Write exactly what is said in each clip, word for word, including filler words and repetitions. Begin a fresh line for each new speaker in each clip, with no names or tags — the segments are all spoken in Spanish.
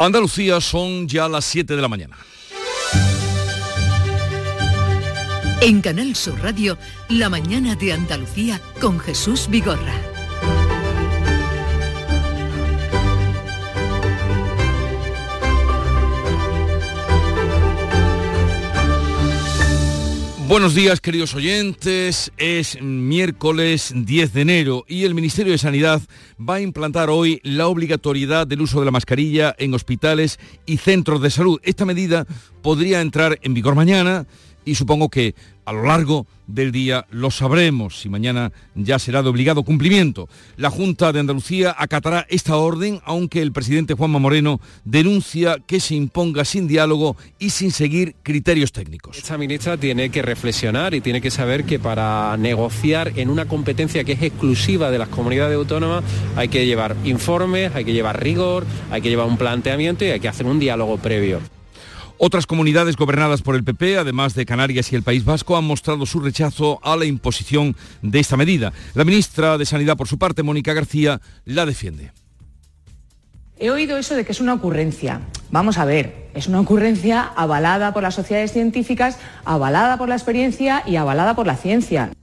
Andalucía, son ya las siete de la mañana.
En Canal Sur Radio, La mañana de Andalucía con Jesús Vigorra.
Buenos días, queridos oyentes. Es miércoles diez de enero y el Ministerio de Sanidad va a implantar hoy la obligatoriedad del uso de la mascarilla en hospitales y centros de salud. Esta medida podría entrar en vigor mañana y supongo que a lo largo del día lo sabremos, si mañana ya será de obligado cumplimiento. La Junta de Andalucía acatará esta orden, aunque el presidente Juanma Moreno denuncia que se imponga sin diálogo y sin seguir criterios técnicos.
Esta ministra tiene que reflexionar y tiene que saber que para negociar en una competencia que es exclusiva de las comunidades autónomas hay que llevar informes, hay que llevar rigor, hay que llevar un planteamiento y hay que hacer un diálogo previo.
Otras comunidades gobernadas por el P P, además de Canarias y el País Vasco, han mostrado su rechazo a la imposición de esta medida. La ministra de Sanidad, por su parte, Mónica García, la defiende.
He oído eso de que es una ocurrencia. Vamos a ver, es una ocurrencia avalada por las sociedades científicas, avalada por la experiencia y avalada por la ciencia.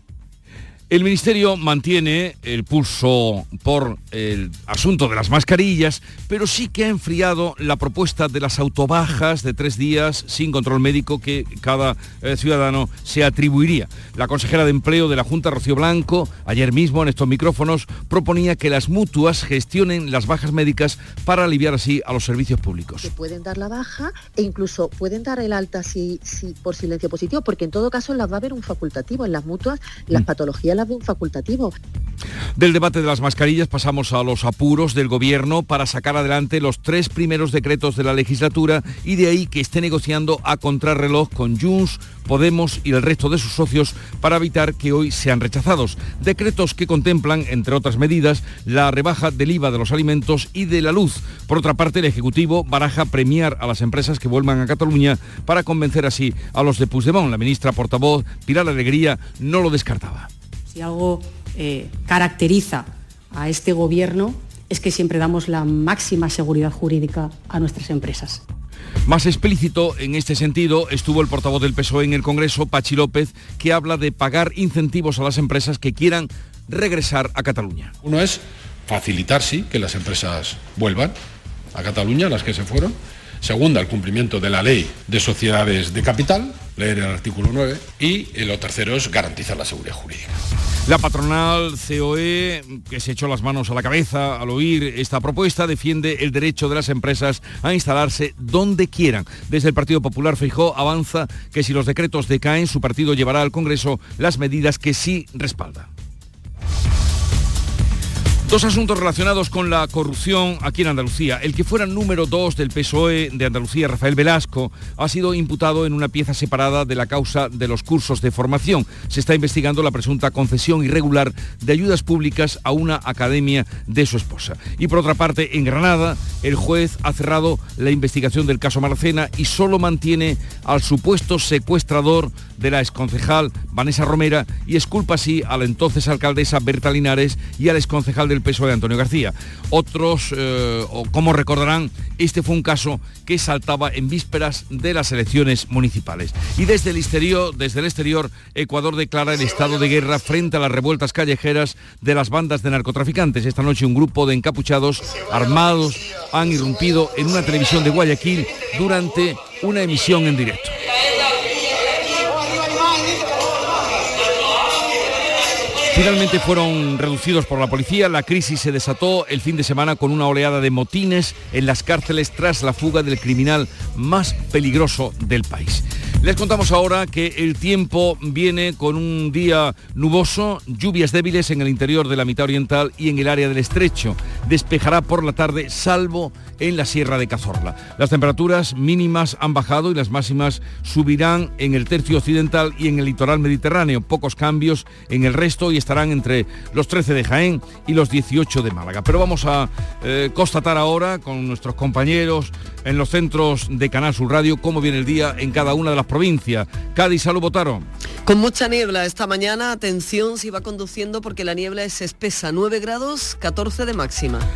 El Ministerio mantiene el pulso por el asunto de las mascarillas, pero sí que ha enfriado la propuesta de las autobajas de tres días sin control médico que cada eh, ciudadano se atribuiría. La consejera de Empleo de la Junta, Rocío Blanco, ayer mismo en estos micrófonos proponía que las mutuas gestionen las bajas médicas para aliviar así a los servicios públicos.
Que pueden dar la baja e incluso pueden dar el alta si, si, por silencio positivo, porque en todo caso las va a haber un facultativo. En las mutuas, las mm. patologías de un facultativo.
Del debate de las mascarillas pasamos a los apuros del Gobierno para sacar adelante los tres primeros decretos de la legislatura y de ahí que esté negociando a contrarreloj con Junts, Podemos y el resto de sus socios para evitar que hoy sean rechazados. Decretos que contemplan, entre otras medidas, la rebaja del I V A de los alimentos y de la luz. Por otra parte, el Ejecutivo baraja premiar a las empresas que vuelvan a Cataluña para convencer así a los de Puigdemont. La ministra portavoz, Pilar Alegría, no lo descartaba.
Si algo eh, caracteriza a este gobierno es que siempre damos la máxima seguridad jurídica a nuestras empresas.
Más explícito en este sentido estuvo el portavoz del P S O E en el Congreso, Pachi López, que habla de pagar incentivos a las empresas que quieran regresar a Cataluña.
Uno es facilitar, sí, que las empresas vuelvan a Cataluña, las que se fueron. Segunda, el cumplimiento de la ley de sociedades de capital, leer el artículo nueve. Y lo tercero es garantizar la seguridad jurídica.
La patronal C O E, que se echó las manos a la cabeza al oír esta propuesta, defiende el derecho de las empresas a instalarse donde quieran. Desde el Partido Popular, Feijóo avanza que si los decretos decaen, su partido llevará al Congreso las medidas que sí respalda. Dos asuntos relacionados con la corrupción aquí en Andalucía. El que fuera número dos del P S O E de Andalucía, Rafael Velasco, ha sido imputado en una pieza separada de la causa de los cursos de formación. Se está investigando la presunta concesión irregular de ayudas públicas a una academia de su esposa. Y por otra parte, en Granada, el juez ha cerrado la investigación del caso Marcena y solo mantiene al supuesto secuestrador de la exconcejal Vanessa Romera y exculpa así a la entonces alcaldesa Berta Linares y al exconcejal del P S O E Antonio García. Otros, eh, o como recordarán, este fue un caso que saltaba en vísperas de las elecciones municipales. Y desde el exterior, desde el exterior, Ecuador declara el estado de guerra frente a las revueltas callejeras de las bandas de narcotraficantes. Esta noche un grupo de encapuchados armados han irrumpido en una televisión de Guayaquil durante una emisión en directo. Finalmente fueron reducidos por la policía. La crisis se desató el fin de semana con una oleada de motines en las cárceles tras la fuga del criminal más peligroso del país. Les contamos ahora que el tiempo viene con un día nuboso, lluvias débiles en el interior de la mitad oriental y en el área del estrecho. Despejará por la tarde, salvo en la Sierra de Cazorla. Las temperaturas mínimas han bajado y las máximas subirán en el tercio occidental y en el litoral mediterráneo. Pocos cambios en el resto y estarán entre los trece de Jaén y los dieciocho de Málaga. Pero vamos a eh, constatar ahora con nuestros compañeros en los centros de Canal Sur Radio cómo viene el día en cada una de las provincias. Cádiz, Salud, Botaro.
Con mucha niebla esta mañana, atención si va conduciendo porque la niebla es espesa, nueve grados, catorce de máxima.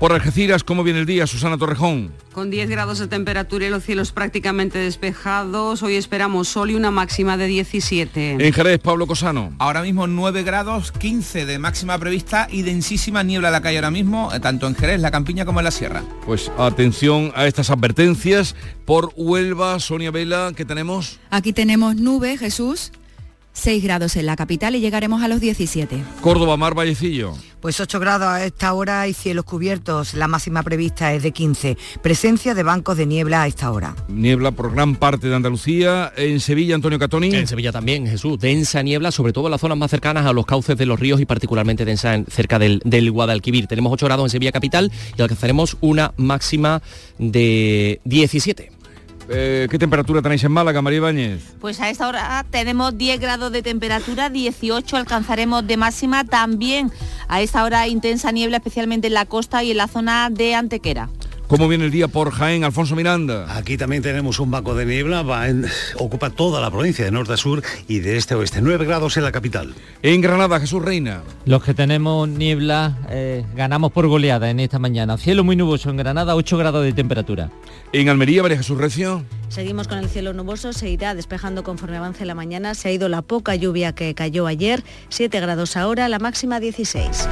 Por Algeciras, ¿cómo viene el día, Susana Torrejón?
Con diez grados de temperatura y los cielos prácticamente despejados, hoy esperamos sol y una máxima de diecisiete.
En Jerez, Pablo Cosano.
Ahora mismo nueve grados, quince de máxima prevista y densísima niebla a la calle ahora mismo, tanto en Jerez, la Campiña como en la Sierra.
Pues atención a estas advertencias. Por Huelva, Sonia Vela, ¿qué tenemos?
Aquí tenemos nubes, Jesús. seis grados en la capital y llegaremos a los diecisiete.
Córdoba, Mar Vallecillo.
Pues ocho grados a esta hora y cielos cubiertos. La máxima prevista es de quince. Presencia de bancos de niebla a esta hora.
Niebla por gran parte de Andalucía. En Sevilla, Antonio Catoni.
En Sevilla también, Jesús. Densa niebla, sobre todo en las zonas más cercanas a los cauces de los ríos y particularmente densa en, cerca del, del Guadalquivir. Tenemos ocho grados en Sevilla capital y alcanzaremos una máxima de diecisiete.
Eh, ¿Qué temperatura tenéis en Málaga, María Ibáñez?
Pues a esta hora tenemos diez grados de temperatura, dieciocho alcanzaremos de máxima. También a esta hora intensa niebla, especialmente en la costa y en la zona de Antequera.
¿Cómo viene el día por Jaén, Alfonso Miranda?
Aquí también tenemos un banco de niebla, va en, ocupa toda la provincia de norte a sur y de este a oeste, nueve grados en la capital.
En Granada, Jesús Reina.
Los que tenemos niebla eh, ganamos por goleada en esta mañana. Cielo muy nuboso en Granada, ocho grados de temperatura.
En Almería, María Jesús Recio.
Seguimos con el cielo nuboso, se irá despejando conforme avance la mañana. Se ha ido la poca lluvia que cayó ayer, siete grados ahora, la máxima dieciséis.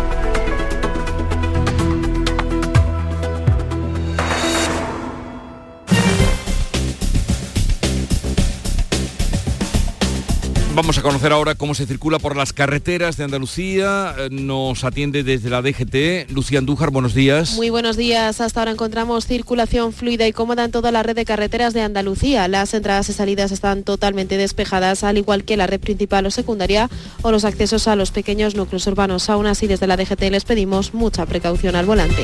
Vamos a conocer ahora cómo se circula por las carreteras de Andalucía. Nos atiende desde la D G T Lucía Andújar, buenos días.
Muy buenos días. Hasta ahora encontramos circulación fluida y cómoda en toda la red de carreteras de Andalucía. Las entradas y salidas están totalmente despejadas, al igual que la red principal o secundaria o los accesos a los pequeños núcleos urbanos. Aún así, desde la D G T les pedimos mucha precaución al volante.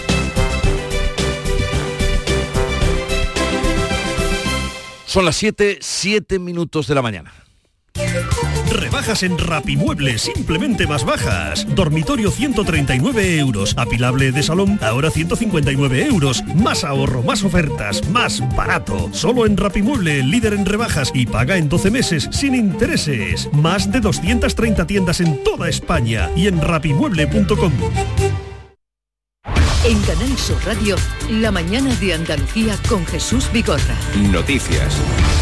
Son las siete, siete minutos de la mañana.
Rebajas en Rapimueble, simplemente más bajas. Dormitorio ciento treinta y nueve euros. Apilable de salón, ahora ciento cincuenta y nueve euros. Más ahorro, más ofertas, más barato. Solo en Rapimueble, líder en rebajas y paga en doce meses sin intereses. Más de doscientas treinta tiendas en toda España y en rapimueble punto com.
En Canal Sur Radio, la mañana de Andalucía con Jesús Vigorra.
Noticias.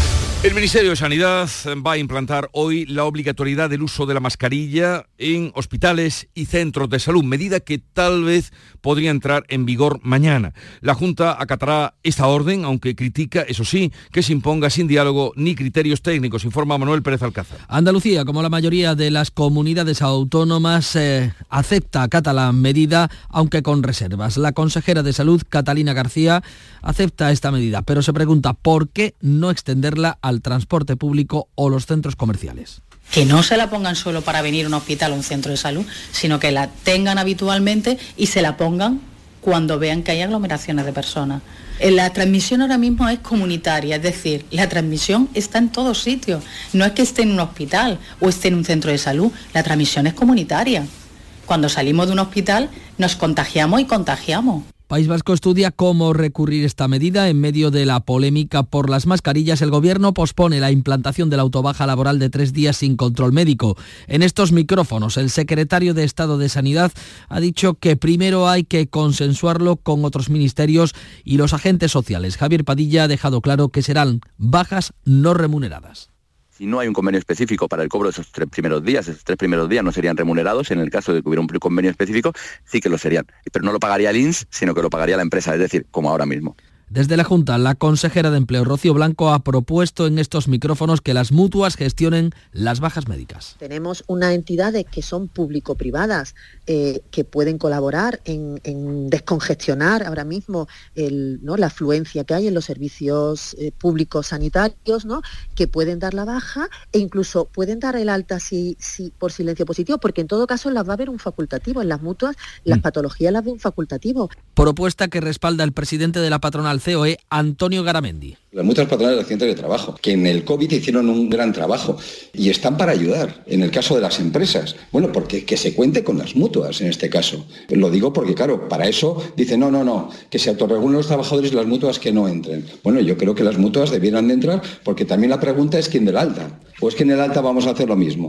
El Ministerio de Sanidad va a implantar hoy la obligatoriedad del uso de la mascarilla en hospitales y centros de salud, medida que tal vez podría entrar en vigor mañana. La Junta acatará esta orden, aunque critica, eso sí, que se imponga sin diálogo ni criterios técnicos, informa Manuel Pérez Alcázar.
Andalucía, como la mayoría de las comunidades autónomas, eh, acepta, acata la medida, aunque con reservas. La consejera de Salud, Catalina García, acepta esta medida, pero se pregunta por qué no extenderla a al transporte público o los centros comerciales.
Que no se la pongan solo para venir a un hospital o un centro de salud, sino que la tengan habitualmente y se la pongan cuando vean que hay aglomeraciones de personas. La transmisión ahora mismo es comunitaria, es decir, la transmisión está en todos sitios. No es que esté en un hospital o esté en un centro de salud, la transmisión es comunitaria. Cuando salimos de un hospital nos contagiamos y contagiamos.
País Vasco estudia cómo recurrir esta medida. En medio de la polémica por las mascarillas, el Gobierno pospone la implantación de la autobaja laboral de tres días sin control médico. En estos micrófonos, el secretario de Estado de Sanidad ha dicho que primero hay que consensuarlo con otros ministerios y los agentes sociales. Javier Padilla ha dejado claro que serán bajas no remuneradas.
Si no hay un convenio específico para el cobro de esos tres primeros días, esos tres primeros días no serían remunerados. En el caso de que hubiera un convenio específico, sí que lo serían. Pero no lo pagaría el I N S, sino que lo pagaría la empresa, es decir, como ahora mismo.
Desde la Junta, la consejera de Empleo, Rocío Blanco, ha propuesto en estos micrófonos que las mutuas gestionen las bajas médicas.
Tenemos una entidades que son público-privadas, eh, que pueden colaborar en, en descongestionar ahora mismo el, ¿no? la afluencia que hay en los servicios eh, públicos sanitarios, ¿no? que pueden dar la baja e incluso pueden dar el alta si, si, por silencio positivo, porque en todo caso las va a haber un facultativo. En las mutuas, las mm. patologías las ve un facultativo.
Propuesta que respalda el presidente de la patronal C O E, Antonio Garamendi.
Las mutuas patronales de accidentes de trabajo, que en el COVID hicieron un gran trabajo y están para ayudar en el caso de las empresas. Bueno, porque que se cuente con las mutuas en este caso. Lo digo porque, claro, para eso dicen, no, no, no, que se autorregulen los trabajadores y las mutuas que no entren. Bueno, yo creo que las mutuas debieran de entrar porque también la pregunta es quién del alta. ¿O es que en el alta vamos a hacer lo mismo?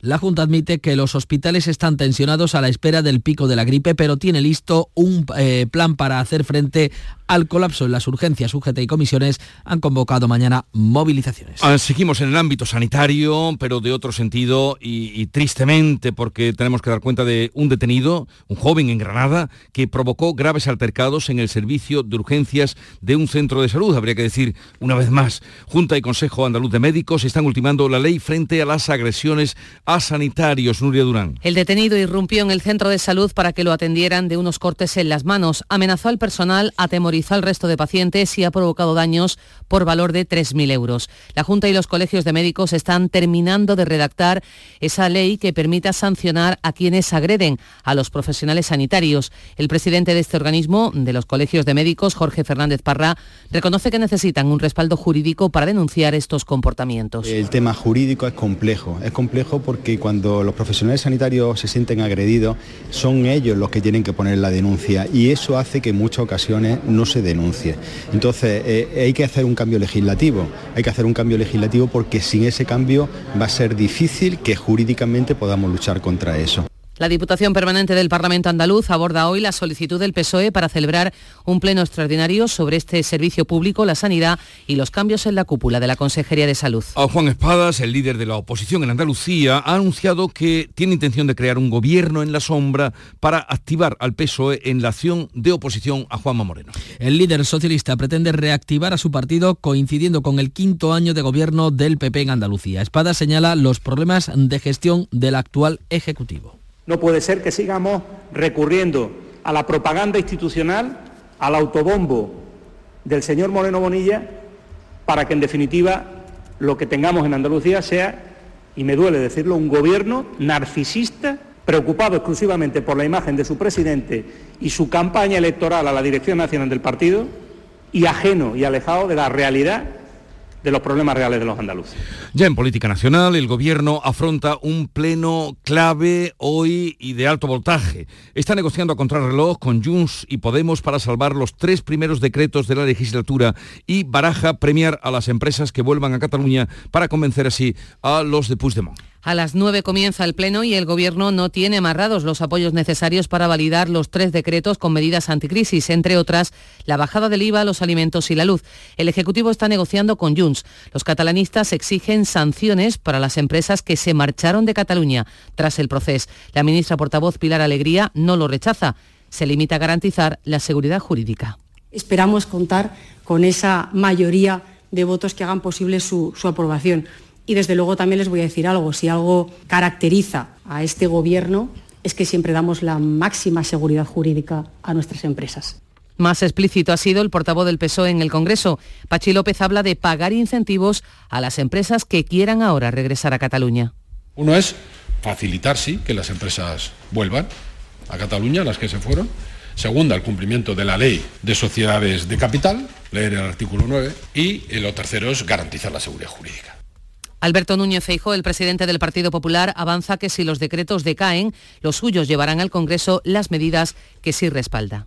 La Junta admite que los hospitales están tensionados a la espera del pico de la gripe, pero tiene listo un eh, plan para hacer frente al colapso en las urgencias. U G T y comisiones han convocado mañana movilizaciones.
Ah, seguimos en el ámbito sanitario, pero de otro sentido y, y tristemente, porque tenemos que dar cuenta de un detenido, un joven en Granada, que provocó graves altercados en el servicio de urgencias de un centro de salud. Habría que decir una vez más, Junta y Consejo Andaluz de Médicos están ultimando la ley frente a las agresiones a sanitarios. Nuria Durán.
El detenido irrumpió en el centro de salud para que lo atendieran de unos cortes en las manos, amenazó al personal, atemorizó al resto de pacientes y ha provocado daños por valor de tres mil euros. La Junta y los colegios de médicos están terminando de redactar esa ley que permita sancionar a quienes agreden a los profesionales sanitarios. El presidente de este organismo, de los colegios de médicos, Jorge Fernández Parra, reconoce que necesitan un respaldo jurídico para denunciar estos comportamientos.
El tema jurídico es complejo, es complejo porque cuando los profesionales sanitarios se sienten agredidos, son ellos los que tienen que poner la denuncia y eso hace que en muchas ocasiones no se denuncie. Entonces eh, hay que hacer un cambio legislativo, hay que hacer un cambio legislativo porque sin ese cambio va a ser difícil que jurídicamente podamos luchar contra eso.
La Diputación Permanente del Parlamento Andaluz aborda hoy la solicitud del P S O E para celebrar un pleno extraordinario sobre este servicio público, la sanidad y los cambios en la cúpula de la Consejería de Salud.
A Juan Espadas, el líder de la oposición en Andalucía, ha anunciado que tiene intención de crear un gobierno en la sombra para activar al P S O E en la acción de oposición a Juanma Moreno.
El líder socialista pretende reactivar a su partido coincidiendo con el quinto año de gobierno del P P en Andalucía. Espadas señala los problemas de gestión del actual Ejecutivo.
No puede ser que sigamos recurriendo a la propaganda institucional, al autobombo del señor Moreno Bonilla, para que en definitiva lo que tengamos en Andalucía sea, y me duele decirlo, un gobierno narcisista, preocupado exclusivamente por la imagen de su presidente y su campaña electoral a la dirección nacional del partido, y ajeno y alejado de la realidad de los problemas reales de los andaluces.
Ya en política nacional, el Gobierno afronta un pleno clave hoy y de alto voltaje. Está negociando a contrarreloj con Junts y Podemos para salvar los tres primeros decretos de la legislatura y baraja premiar a las empresas que vuelvan a Cataluña para convencer así a los de Puigdemont.
A las nueve comienza el pleno y el Gobierno no tiene amarrados los apoyos necesarios para validar los tres decretos con medidas anticrisis, entre otras la bajada del I V A, los alimentos y la luz. El Ejecutivo está negociando con Junts. Los catalanistas exigen sanciones para las empresas que se marcharon de Cataluña tras el proceso. La ministra portavoz Pilar Alegría no lo rechaza. Se limita a garantizar la seguridad jurídica.
Esperamos contar con esa mayoría de votos que hagan posible su, su aprobación. Y desde luego también les voy a decir algo, si algo caracteriza a este Gobierno es que siempre damos la máxima seguridad jurídica a nuestras empresas.
Más explícito ha sido el portavoz del P S O E en el Congreso. Pachi López habla de pagar incentivos a las empresas que quieran ahora regresar a Cataluña.
Uno es facilitar, sí, que las empresas vuelvan a Cataluña, las que se fueron. Segunda, el cumplimiento de la ley de sociedades de capital, leer el artículo nueve. Y lo tercero es garantizar la seguridad jurídica.
Alberto Núñez Feijóo, el presidente del Partido Popular, avanza que si los decretos decaen, los suyos llevarán al Congreso las medidas que sí respalda.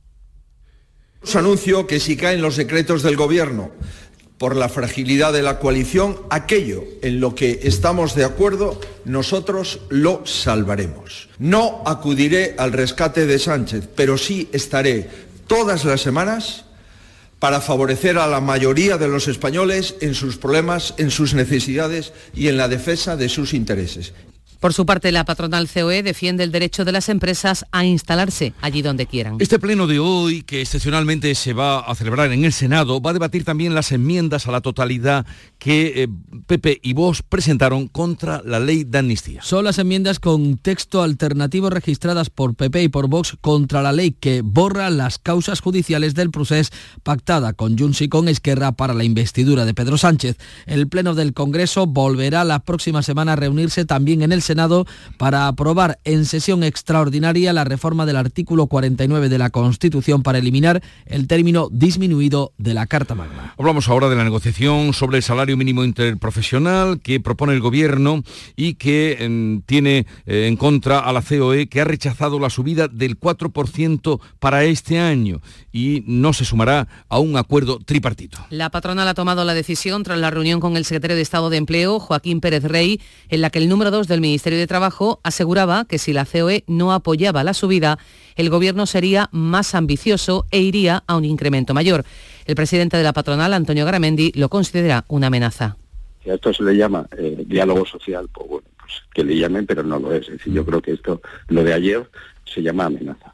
Os anuncio que si caen los decretos del Gobierno por la fragilidad de la coalición, aquello en lo que estamos de acuerdo, nosotros lo salvaremos. No acudiré al rescate de Sánchez, pero sí estaré todas las semanas para favorecer a la mayoría de los españoles en sus problemas, en sus necesidades y en la defensa de sus intereses.
Por su parte, la patronal C O E defiende el derecho de las empresas a instalarse allí donde quieran.
Este pleno de hoy, que excepcionalmente se va a celebrar en el Senado, va a debatir también las enmiendas a la totalidad que eh, P P y Vox presentaron contra la ley de amnistía.
Son las enmiendas con texto alternativo registradas por P P y por Vox contra la ley que borra las causas judiciales del procés pactada con Junts y con Esquerra para la investidura de Pedro Sánchez. El pleno del Congreso volverá la próxima semana a reunirse también en el Senado para aprobar en sesión extraordinaria la reforma del artículo cuarenta y nueve de la Constitución para eliminar el término disminuido de la Carta Magna.
Hablamos ahora de la negociación sobre el salario mínimo interprofesional que propone el Gobierno y que eh, tiene eh, en contra a la C O E, que ha rechazado la subida del cuatro por ciento para este año y no se sumará a un acuerdo tripartito.
La patronal ha tomado la decisión tras la reunión con el secretario de Estado de Empleo, Joaquín Pérez Rey, en la que el número dos del Ministerio Ministerio de Trabajo aseguraba que si la C O E no apoyaba la subida, el Gobierno sería más ambicioso e iría a un incremento mayor. El presidente de la patronal, Antonio Garamendi, lo considera una amenaza.
Si a esto se le llama eh, diálogo social, pues bueno, pues que le llamen, pero no lo es. Es decir, yo creo que esto, lo de ayer, se llama amenaza.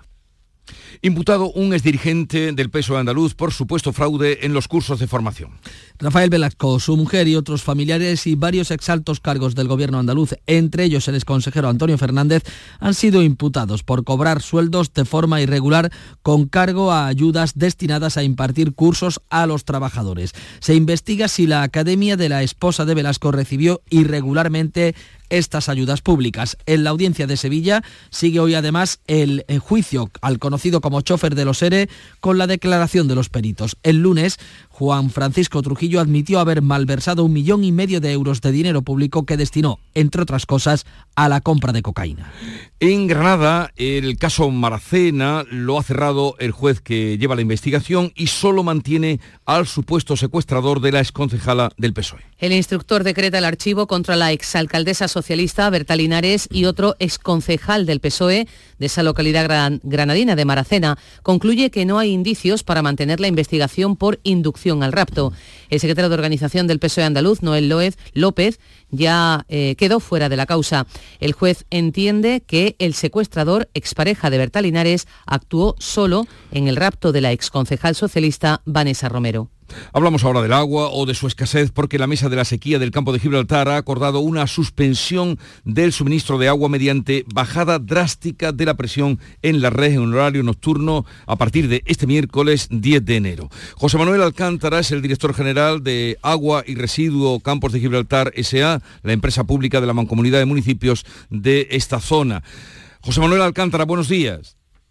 Imputado un exdirigente del P S O E andaluz por supuesto fraude en los cursos de formación.
Rafael Velasco, su mujer y otros familiares y varios exaltos cargos del gobierno andaluz, entre ellos el exconsejero Antonio Fernández, han sido imputados por cobrar sueldos de forma irregular con cargo a ayudas destinadas a impartir cursos a los trabajadores. Se investiga si la academia de la esposa de Velasco recibió irregularmente estas ayudas públicas. En la audiencia de Sevilla sigue hoy además el juicio al conocido como chofer de los ERE con la declaración de los peritos. El lunes, Juan Francisco Trujillo admitió haber malversado un millón y medio de euros de dinero público que destinó, entre otras cosas, a la compra de cocaína.
En Granada, el caso Maracena lo ha cerrado el juez que lleva la investigación y solo mantiene al supuesto secuestrador de la exconcejala del P S O E.
El instructor decreta el archivo contra la exalcaldesa socialista Berta Linares y otro exconcejal del P S O E de esa localidad gran, granadina de Maracena. Concluye que no hay indicios para mantener la investigación por inducción al rapto. El secretario de organización del P S O E andaluz, Noel López, ya eh, quedó fuera de la causa. El juez entiende que el secuestrador, expareja de Berta Linares, actuó solo en el rapto de la exconcejal socialista Vanessa Romero.
Hablamos ahora del agua o de su escasez porque la Mesa de la Sequía del Campo de Gibraltar ha acordado una suspensión del suministro de agua mediante bajada drástica de la presión en la red en horario nocturno a partir de este miércoles diez de enero. José Manuel Alcántara es el director general de Agua y Residuo Campos de Gibraltar S A, la empresa pública de la Mancomunidad de Municipios de esta zona. José Manuel Alcántara, buenos días.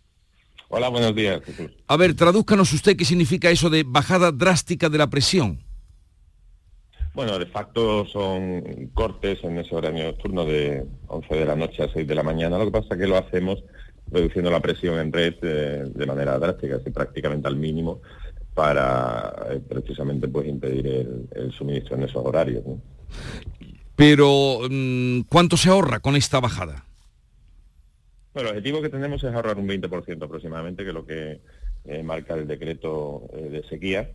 Hola, buenos días, Jesús.
A ver, tradúzcanos usted qué significa eso de bajada drástica de la presión.
Bueno, de facto son cortes en ese horario nocturno de once de la noche a seis de la mañana. Lo que pasa es que lo hacemos reduciendo la presión en red eh, de manera drástica, así prácticamente al mínimo, para eh, precisamente pues impedir el, el suministro en esos horarios, ¿no?
Pero, ¿cuánto se ahorra con esta bajada?
Bueno, el objetivo que tenemos es ahorrar un veinte por ciento aproximadamente, que es lo que eh, marca el decreto eh, de sequía,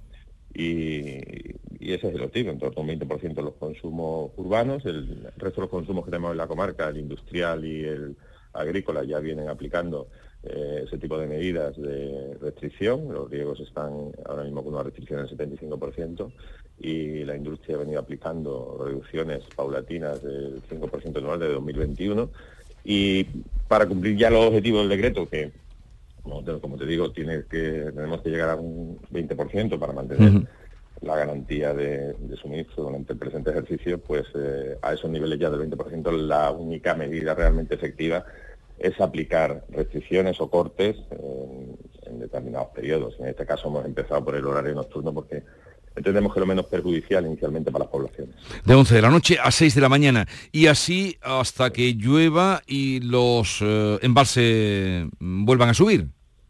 y, y ese es el objetivo, en torno a un veinte por ciento los consumos urbanos. El resto de los consumos que tenemos en la comarca, el industrial y el agrícola, ya vienen aplicando eh, ese tipo de medidas de restricción. Los riegos están ahora mismo con una restricción del setenta y cinco por ciento y la industria ha venido aplicando reducciones paulatinas del cinco por ciento anual desde dos mil veintiuno. Y para cumplir ya los objetivos del decreto, que como te, como te digo, tiene que, tenemos que llegar a un veinte por ciento para mantener uh-huh. la garantía de, de suministro durante el presente ejercicio, pues eh, a esos niveles ya del veinte por ciento la única medida realmente efectiva es aplicar restricciones o cortes en, en determinados periodos. En este caso hemos empezado por el horario nocturno porque entendemos que es lo menos perjudicial inicialmente para las poblaciones.
De once de la noche a seis de la mañana y así hasta que llueva y los eh, embalses vuelvan a subir.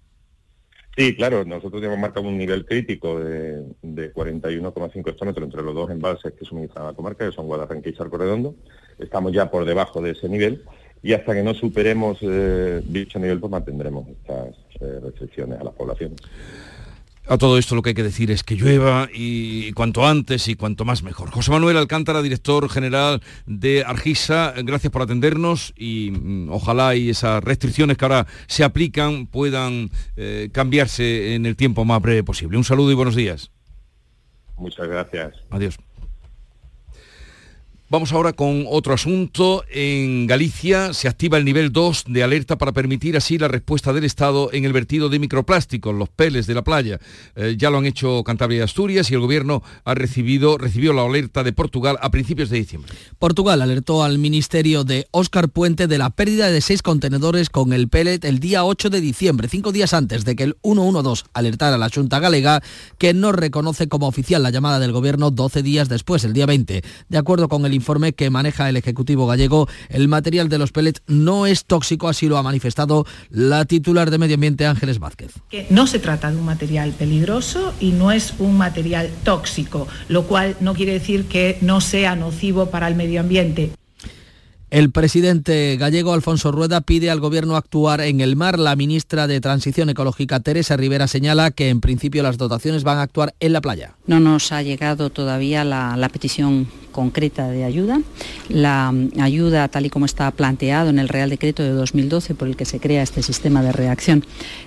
Sí, claro, nosotros hemos marcado un nivel crítico de, de cuarenta y uno coma cinco hectómetros entre los dos embalses que suministran a la comarca, que son Guadarranque y Charco Redondo. Estamos ya por debajo de ese nivel y hasta que no superemos eh, dicho nivel pues mantendremos estas eh, restricciones a las poblaciones.
A todo esto lo que hay que decir es que llueva y cuanto antes y cuanto más mejor. José Manuel Alcántara, director general de Argisa, gracias por atendernos y mm, ojalá y esas restricciones que ahora se aplican puedan eh, cambiarse en el tiempo más breve posible. Un saludo y buenos días.
Muchas gracias.
Adiós. Vamos ahora con otro asunto. En Galicia se activa el nivel dos de alerta para permitir así la respuesta del Estado en el vertido de microplásticos, los peles de la playa. Eh, ya lo han hecho Cantabria y Asturias y el Gobierno ha recibido, recibió la alerta de Portugal a principios de diciembre.
Portugal alertó al Ministerio de Óscar Puente de la pérdida de seis contenedores con el pellet el día ocho de diciembre, cinco días antes de que el ciento doce alertara a la Xunta Galega, que no reconoce como oficial la llamada del Gobierno doce días después, el día veinte. De acuerdo con el informe que maneja el Ejecutivo gallego, el material de los pellets no es tóxico, así lo ha manifestado la titular de Medio Ambiente, Ángeles Vázquez.
Que no se trata de un material peligroso y no es un material tóxico, lo cual no quiere decir que no sea nocivo para el medio ambiente.
El presidente gallego Alfonso Rueda pide al Gobierno actuar en el mar. La ministra de Transición Ecológica Teresa Rivera señala que en principio las dotaciones van a actuar en la playa.
No nos ha llegado todavía la, la petición concreta de ayuda. La ayuda, tal y como está planteado en el Real Decreto de dos mil doce por el que se crea este sistema de reacción,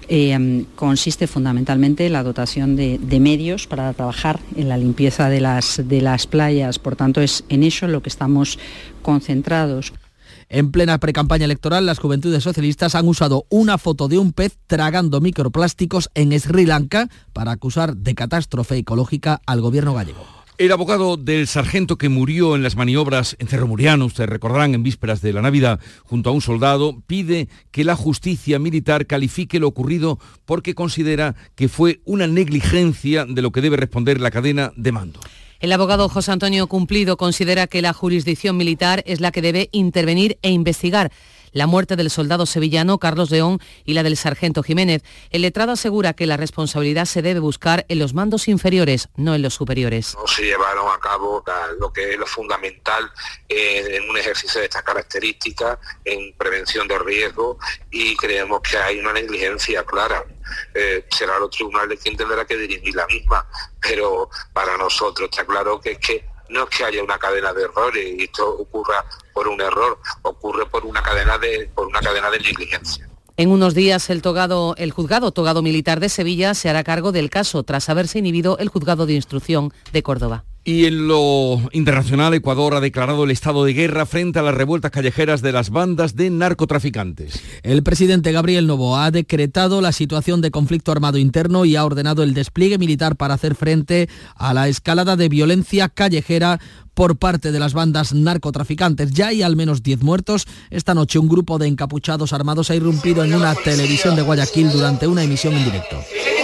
eh, consiste fundamentalmente en la dotación de, de medios para trabajar en la limpieza de las, de las playas. Por tanto, es en eso lo que estamos concentrados.
En plena precampaña electoral, las Juventudes Socialistas han usado una foto de un pez tragando microplásticos en Sri Lanka para acusar de catástrofe ecológica al gobierno gallego.
El abogado del sargento que murió en las maniobras en Cerro Muriano, ustedes recordarán, en vísperas de la Navidad, junto a un soldado, pide que la justicia militar califique lo ocurrido porque considera que fue una negligencia de lo que debe responder la cadena de mando.
El abogado José Antonio Cumplido considera que la jurisdicción militar es la que debe intervenir e investigar la muerte del soldado sevillano Carlos León y la del sargento Jiménez. El letrado asegura que la responsabilidad se debe buscar en los mandos inferiores, no en los superiores.
No se llevaron a cabo lo que es lo fundamental eh, en un ejercicio de estas características, en prevención de riesgos, y creemos que hay una negligencia clara. Eh, será los tribunales quien tendrá que dirigir la misma, pero para nosotros está claro que es que no es que haya una cadena de errores y esto ocurra por un error, ocurre por una cadena de, por una cadena de negligencia.
En unos días el, togado, el juzgado togado militar de Sevilla se hará cargo del caso tras haberse inhibido el juzgado de instrucción de Córdoba.
Y en lo internacional, Ecuador ha declarado el estado de guerra frente a las revueltas callejeras de las bandas de narcotraficantes.
El presidente Gabriel Noboa ha decretado la situación de conflicto armado interno y ha ordenado el despliegue militar para hacer frente a la escalada de violencia callejera por parte de las bandas narcotraficantes. Ya hay al menos diez muertos. Esta noche un grupo de encapuchados armados ha irrumpido en una televisión de Guayaquil durante una emisión en directo.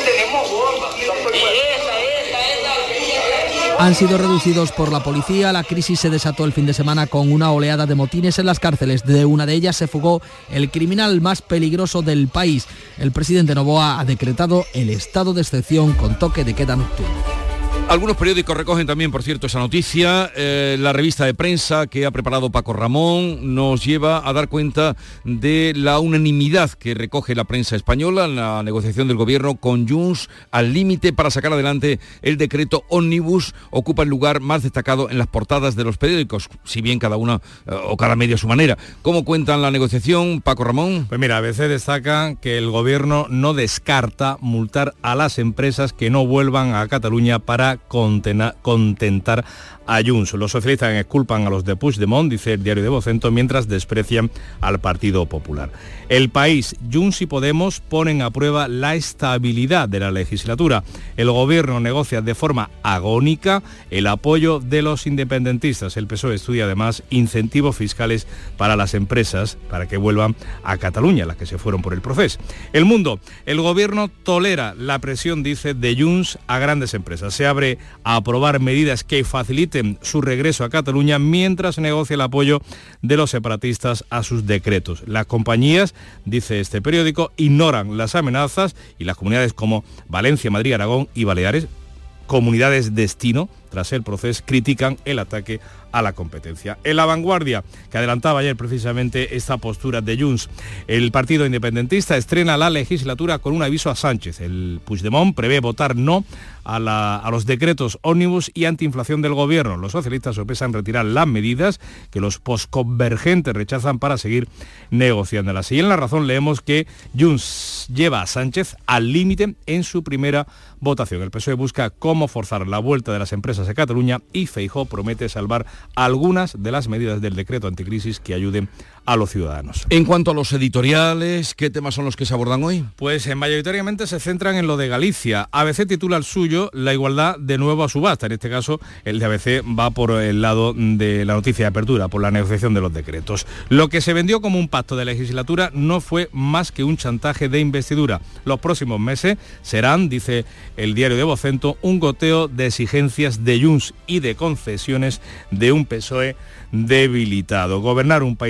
Han sido reducidos por la policía. La crisis se desató el fin de semana con una oleada de motines en las cárceles. De una de ellas se fugó el criminal más peligroso del país. El presidente Noboa ha decretado el estado de excepción con toque de queda nocturno.
Algunos periódicos recogen también, por cierto, esa noticia. Eh, la revista de prensa que ha preparado Paco Ramón nos lleva a dar cuenta de la unanimidad que recoge la prensa española en la negociación del gobierno con Junts al límite para sacar adelante el decreto Ómnibus. Ocupa el lugar más destacado en las portadas de los periódicos, si bien cada una eh, o cada medio a su manera. ¿Cómo cuentan la negociación, Paco Ramón?
Pues mira, A B C destaca que el gobierno no descarta multar a las empresas que no vuelvan a Cataluña para Contena, contentar a Junts. Los socialistas exculpan a los de Puigdemont, dice el diario de Vocento, mientras desprecian al Partido Popular. El País, Junts y Podemos ponen a prueba la estabilidad de la legislatura. El gobierno negocia de forma agónica el apoyo de los independentistas. El P S O E estudia además incentivos fiscales para las empresas para que vuelvan a Cataluña, las que se fueron por el proceso. El Mundo, el gobierno tolera la presión, dice, de Junts a grandes empresas. Se abre a aprobar medidas que faciliten su regreso a Cataluña mientras negocia el apoyo de los separatistas a sus decretos. Las compañías, dice este periódico, ignoran las amenazas y las comunidades como Valencia, Madrid, Aragón y Baleares, comunidades destino, tras el proceso, critican el ataque a la competencia. En La Vanguardia, que adelantaba ayer precisamente esta postura de Junts, el partido independentista estrena la legislatura con un aviso a Sánchez. El Puigdemont prevé votar no a, la, a los decretos ómnibus y antiinflación del gobierno. Los socialistas sopesan retirar las medidas que los posconvergentes rechazan para seguir negociándolas. Y en La Razón leemos que Junts lleva a Sánchez al límite en su primera votación. El P S O E busca cómo forzar la vuelta de las empresas a Cataluña y Feijóo promete salvar algunas de las medidas del decreto anticrisis que ayuden a los ciudadanos.
En cuanto a los editoriales, ¿qué temas son los que se abordan hoy?
Pues eh, mayoritariamente se centran en lo de Galicia. A B C titula el suyo La igualdad de nuevo a subasta. En este caso, el de A B C va por el lado de la noticia de apertura, por la negociación de los decretos. Lo que se vendió como un pacto de legislatura no fue más que un chantaje de investidura. Los próximos meses serán, dice el diario de Vocento, un goteo de exigencias de Junts y de concesiones de un P S O E debilitado. Gobernar un país de mano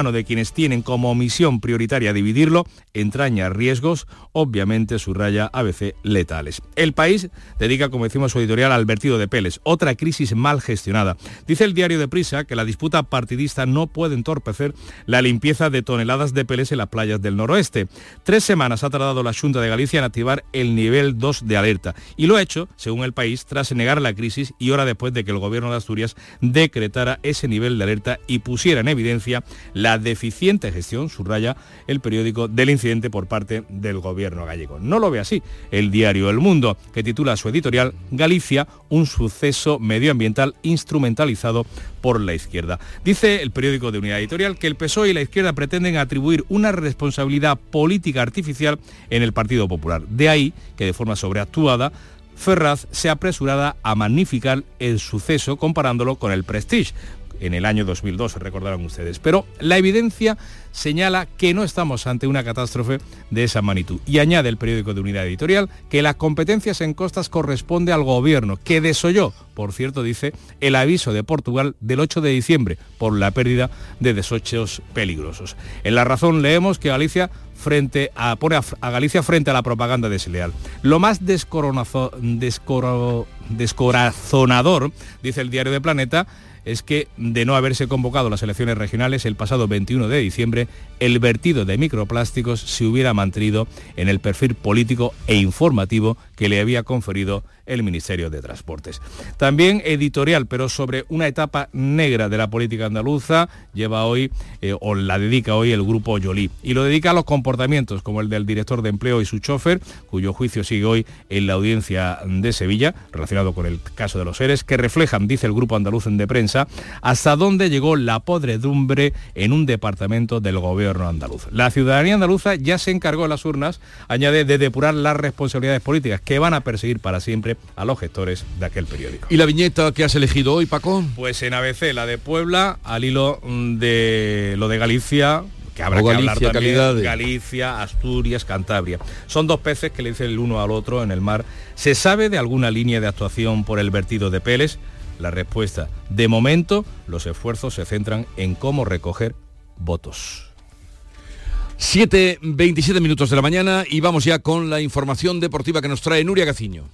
mano de quienes tienen como misión prioritaria dividirlo entraña riesgos, obviamente, subraya A B C, letales. El País dedica, como decimos, su editorial al vertido de peles, otra crisis mal gestionada. Dice el diario de Prisa que la disputa partidista no puede entorpecer la limpieza de toneladas de peles en las playas del noroeste. Tres semanas ha tardado la Xunta de Galicia en activar el nivel dos de alerta y lo ha hecho, según El País, tras negar la crisis y hora después de que el Gobierno de Asturias decretara ese nivel de alerta y pusiera en evidencia la deficiente gestión, subraya el periódico, del incidente por parte del Gobierno gallego. No lo ve así el diario El Mundo, que titula su editorial Galicia, un suceso medioambiental instrumentalizado por la izquierda. Dice el periódico de Unidad Editorial que el P S O E y la izquierda pretenden atribuir una responsabilidad política artificial en el Partido Popular. De ahí que de forma sobreactuada Ferraz se apresurada a magnificar el suceso comparándolo con el Prestige en el año dos mil dos, recordarán ustedes. Pero la evidencia señala que no estamos ante una catástrofe de esa magnitud. Y añade el periódico de Unidad Editorial que las competencias en costas corresponde al Gobierno, que desoyó, por cierto, dice, el aviso de Portugal del ocho de diciembre por la pérdida de desechos peligrosos. En La Razón leemos que Galicia frente a, pone a, a Galicia frente a la propaganda desleal. Lo más descoronazo, descoro, descorazonador, dice el diario de Planeta, es que de no haberse convocado las elecciones regionales el pasado veintiuno de diciembre, el vertido de microplásticos se hubiera mantenido en el perfil político e informativo que le había conferido el Ministerio de Transportes. También editorial, pero sobre una etapa negra de la política andaluza, lleva hoy, eh, o la dedica hoy el grupo Yolí, y lo dedica a los comportamientos como el del director de empleo y su chofer, cuyo juicio sigue hoy en la audiencia de Sevilla, relacionado con el caso de los ERES, que reflejan, dice el grupo andaluz de prensa, hasta dónde llegó la podredumbre en un departamento del gobierno andaluz. La ciudadanía andaluza ya se encargó en las urnas, añade, de depurar las responsabilidades políticas que van a perseguir para siempre a los gestores de aquel periódico.
¿Y la viñeta que has elegido hoy, Paco?
Pues en A B C, la de Puebla, al hilo de lo de Galicia, que habrá
o
que
Galicia,
hablar también,
calidad de...
Galicia, Asturias, Cantabria. Son dos peces que le dicen el uno al otro en el mar. ¿Se sabe de alguna línea de actuación por el vertido de peles? La respuesta, de momento, los esfuerzos se centran en cómo recoger votos.
siete veintisiete minutos de la mañana y vamos ya con la información deportiva que nos trae Nuria Gaciño.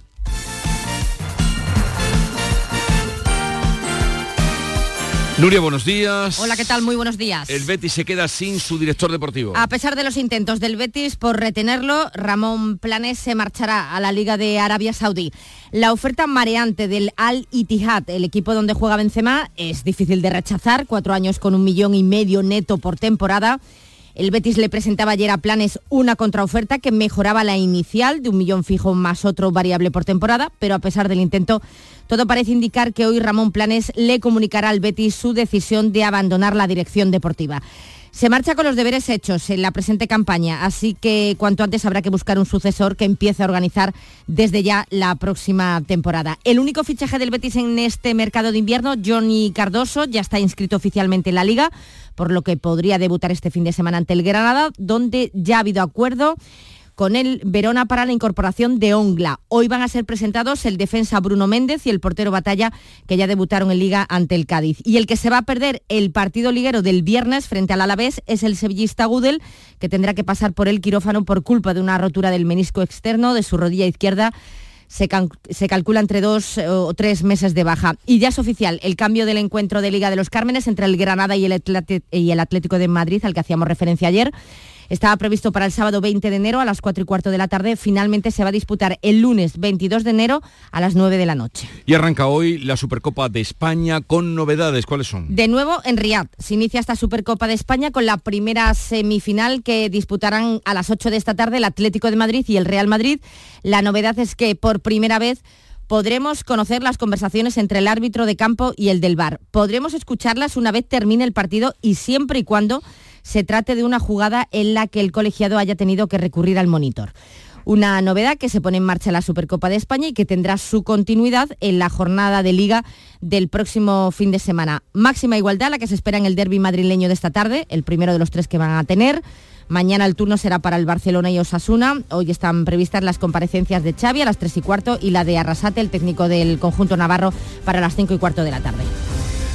Nuria, buenos días.
Hola, ¿qué tal? Muy buenos días.
El Betis se queda sin su director deportivo.
A pesar de los intentos del Betis por retenerlo, Ramón Planes se marchará a la Liga de Arabia Saudí. La oferta mareante del Al Ittihad, el equipo donde juega Benzema, es difícil de rechazar. Cuatro años con un millón y medio neto por temporada. El Betis le presentaba ayer a Planes una contraoferta que mejoraba la inicial de un millón fijo más otro variable por temporada, pero a pesar del intento, todo parece indicar que hoy Ramón Planes le comunicará al Betis su decisión de abandonar la dirección deportiva. Se marcha con los deberes hechos en la presente campaña, así que cuanto antes habrá que buscar un sucesor que empiece a organizar desde ya la próxima temporada. El único fichaje del Betis en este mercado de invierno, Johnny Cardoso, ya está inscrito oficialmente en la Liga, por lo que podría debutar este fin de semana ante el Granada, donde ya ha habido acuerdo con el Verona para la incorporación de Ongla. Hoy van a ser presentados el defensa Bruno Méndez y el portero Batalla, que ya debutaron en Liga ante el Cádiz. Y el que se va a perder el partido liguero del viernes frente al Alavés es el sevillista Gudel, que tendrá que pasar por el quirófano por culpa de una rotura del menisco externo de su rodilla izquierda. Se, can- se calcula entre dos o tres meses de baja. Y ya es oficial el cambio del encuentro de Liga de los Cármenes entre el Granada y el, Atleti- y el Atlético de Madrid, al que hacíamos referencia ayer. Estaba previsto para el sábado veinte de enero a las cuatro y cuarto de la tarde. Finalmente se va a disputar el lunes veintidós de enero a las nueve de la noche.
Y arranca hoy la Supercopa de España con novedades. ¿Cuáles son?
De nuevo en Riad. Se inicia esta Supercopa de España con la primera semifinal que disputarán a las ocho de esta tarde el Atlético de Madrid y el Real Madrid. La novedad es que por primera vez podremos conocer las conversaciones entre el árbitro de campo y el del V A R. Podremos escucharlas una vez termine el partido y siempre y cuando se trate de una jugada en la que el colegiado haya tenido que recurrir al monitor. Una novedad que se pone en marcha en la Supercopa de España y que tendrá su continuidad en la jornada de Liga del próximo fin de semana. Máxima igualdad la que se espera en el derbi madrileño de esta tarde, el primero de los tres que van a tener. Mañana el turno será para el Barcelona y Osasuna. Hoy están previstas las comparecencias de Xavi a las tres y cuarto y la de Arrasate, el técnico del conjunto navarro, para las cinco y cuarto de la tarde.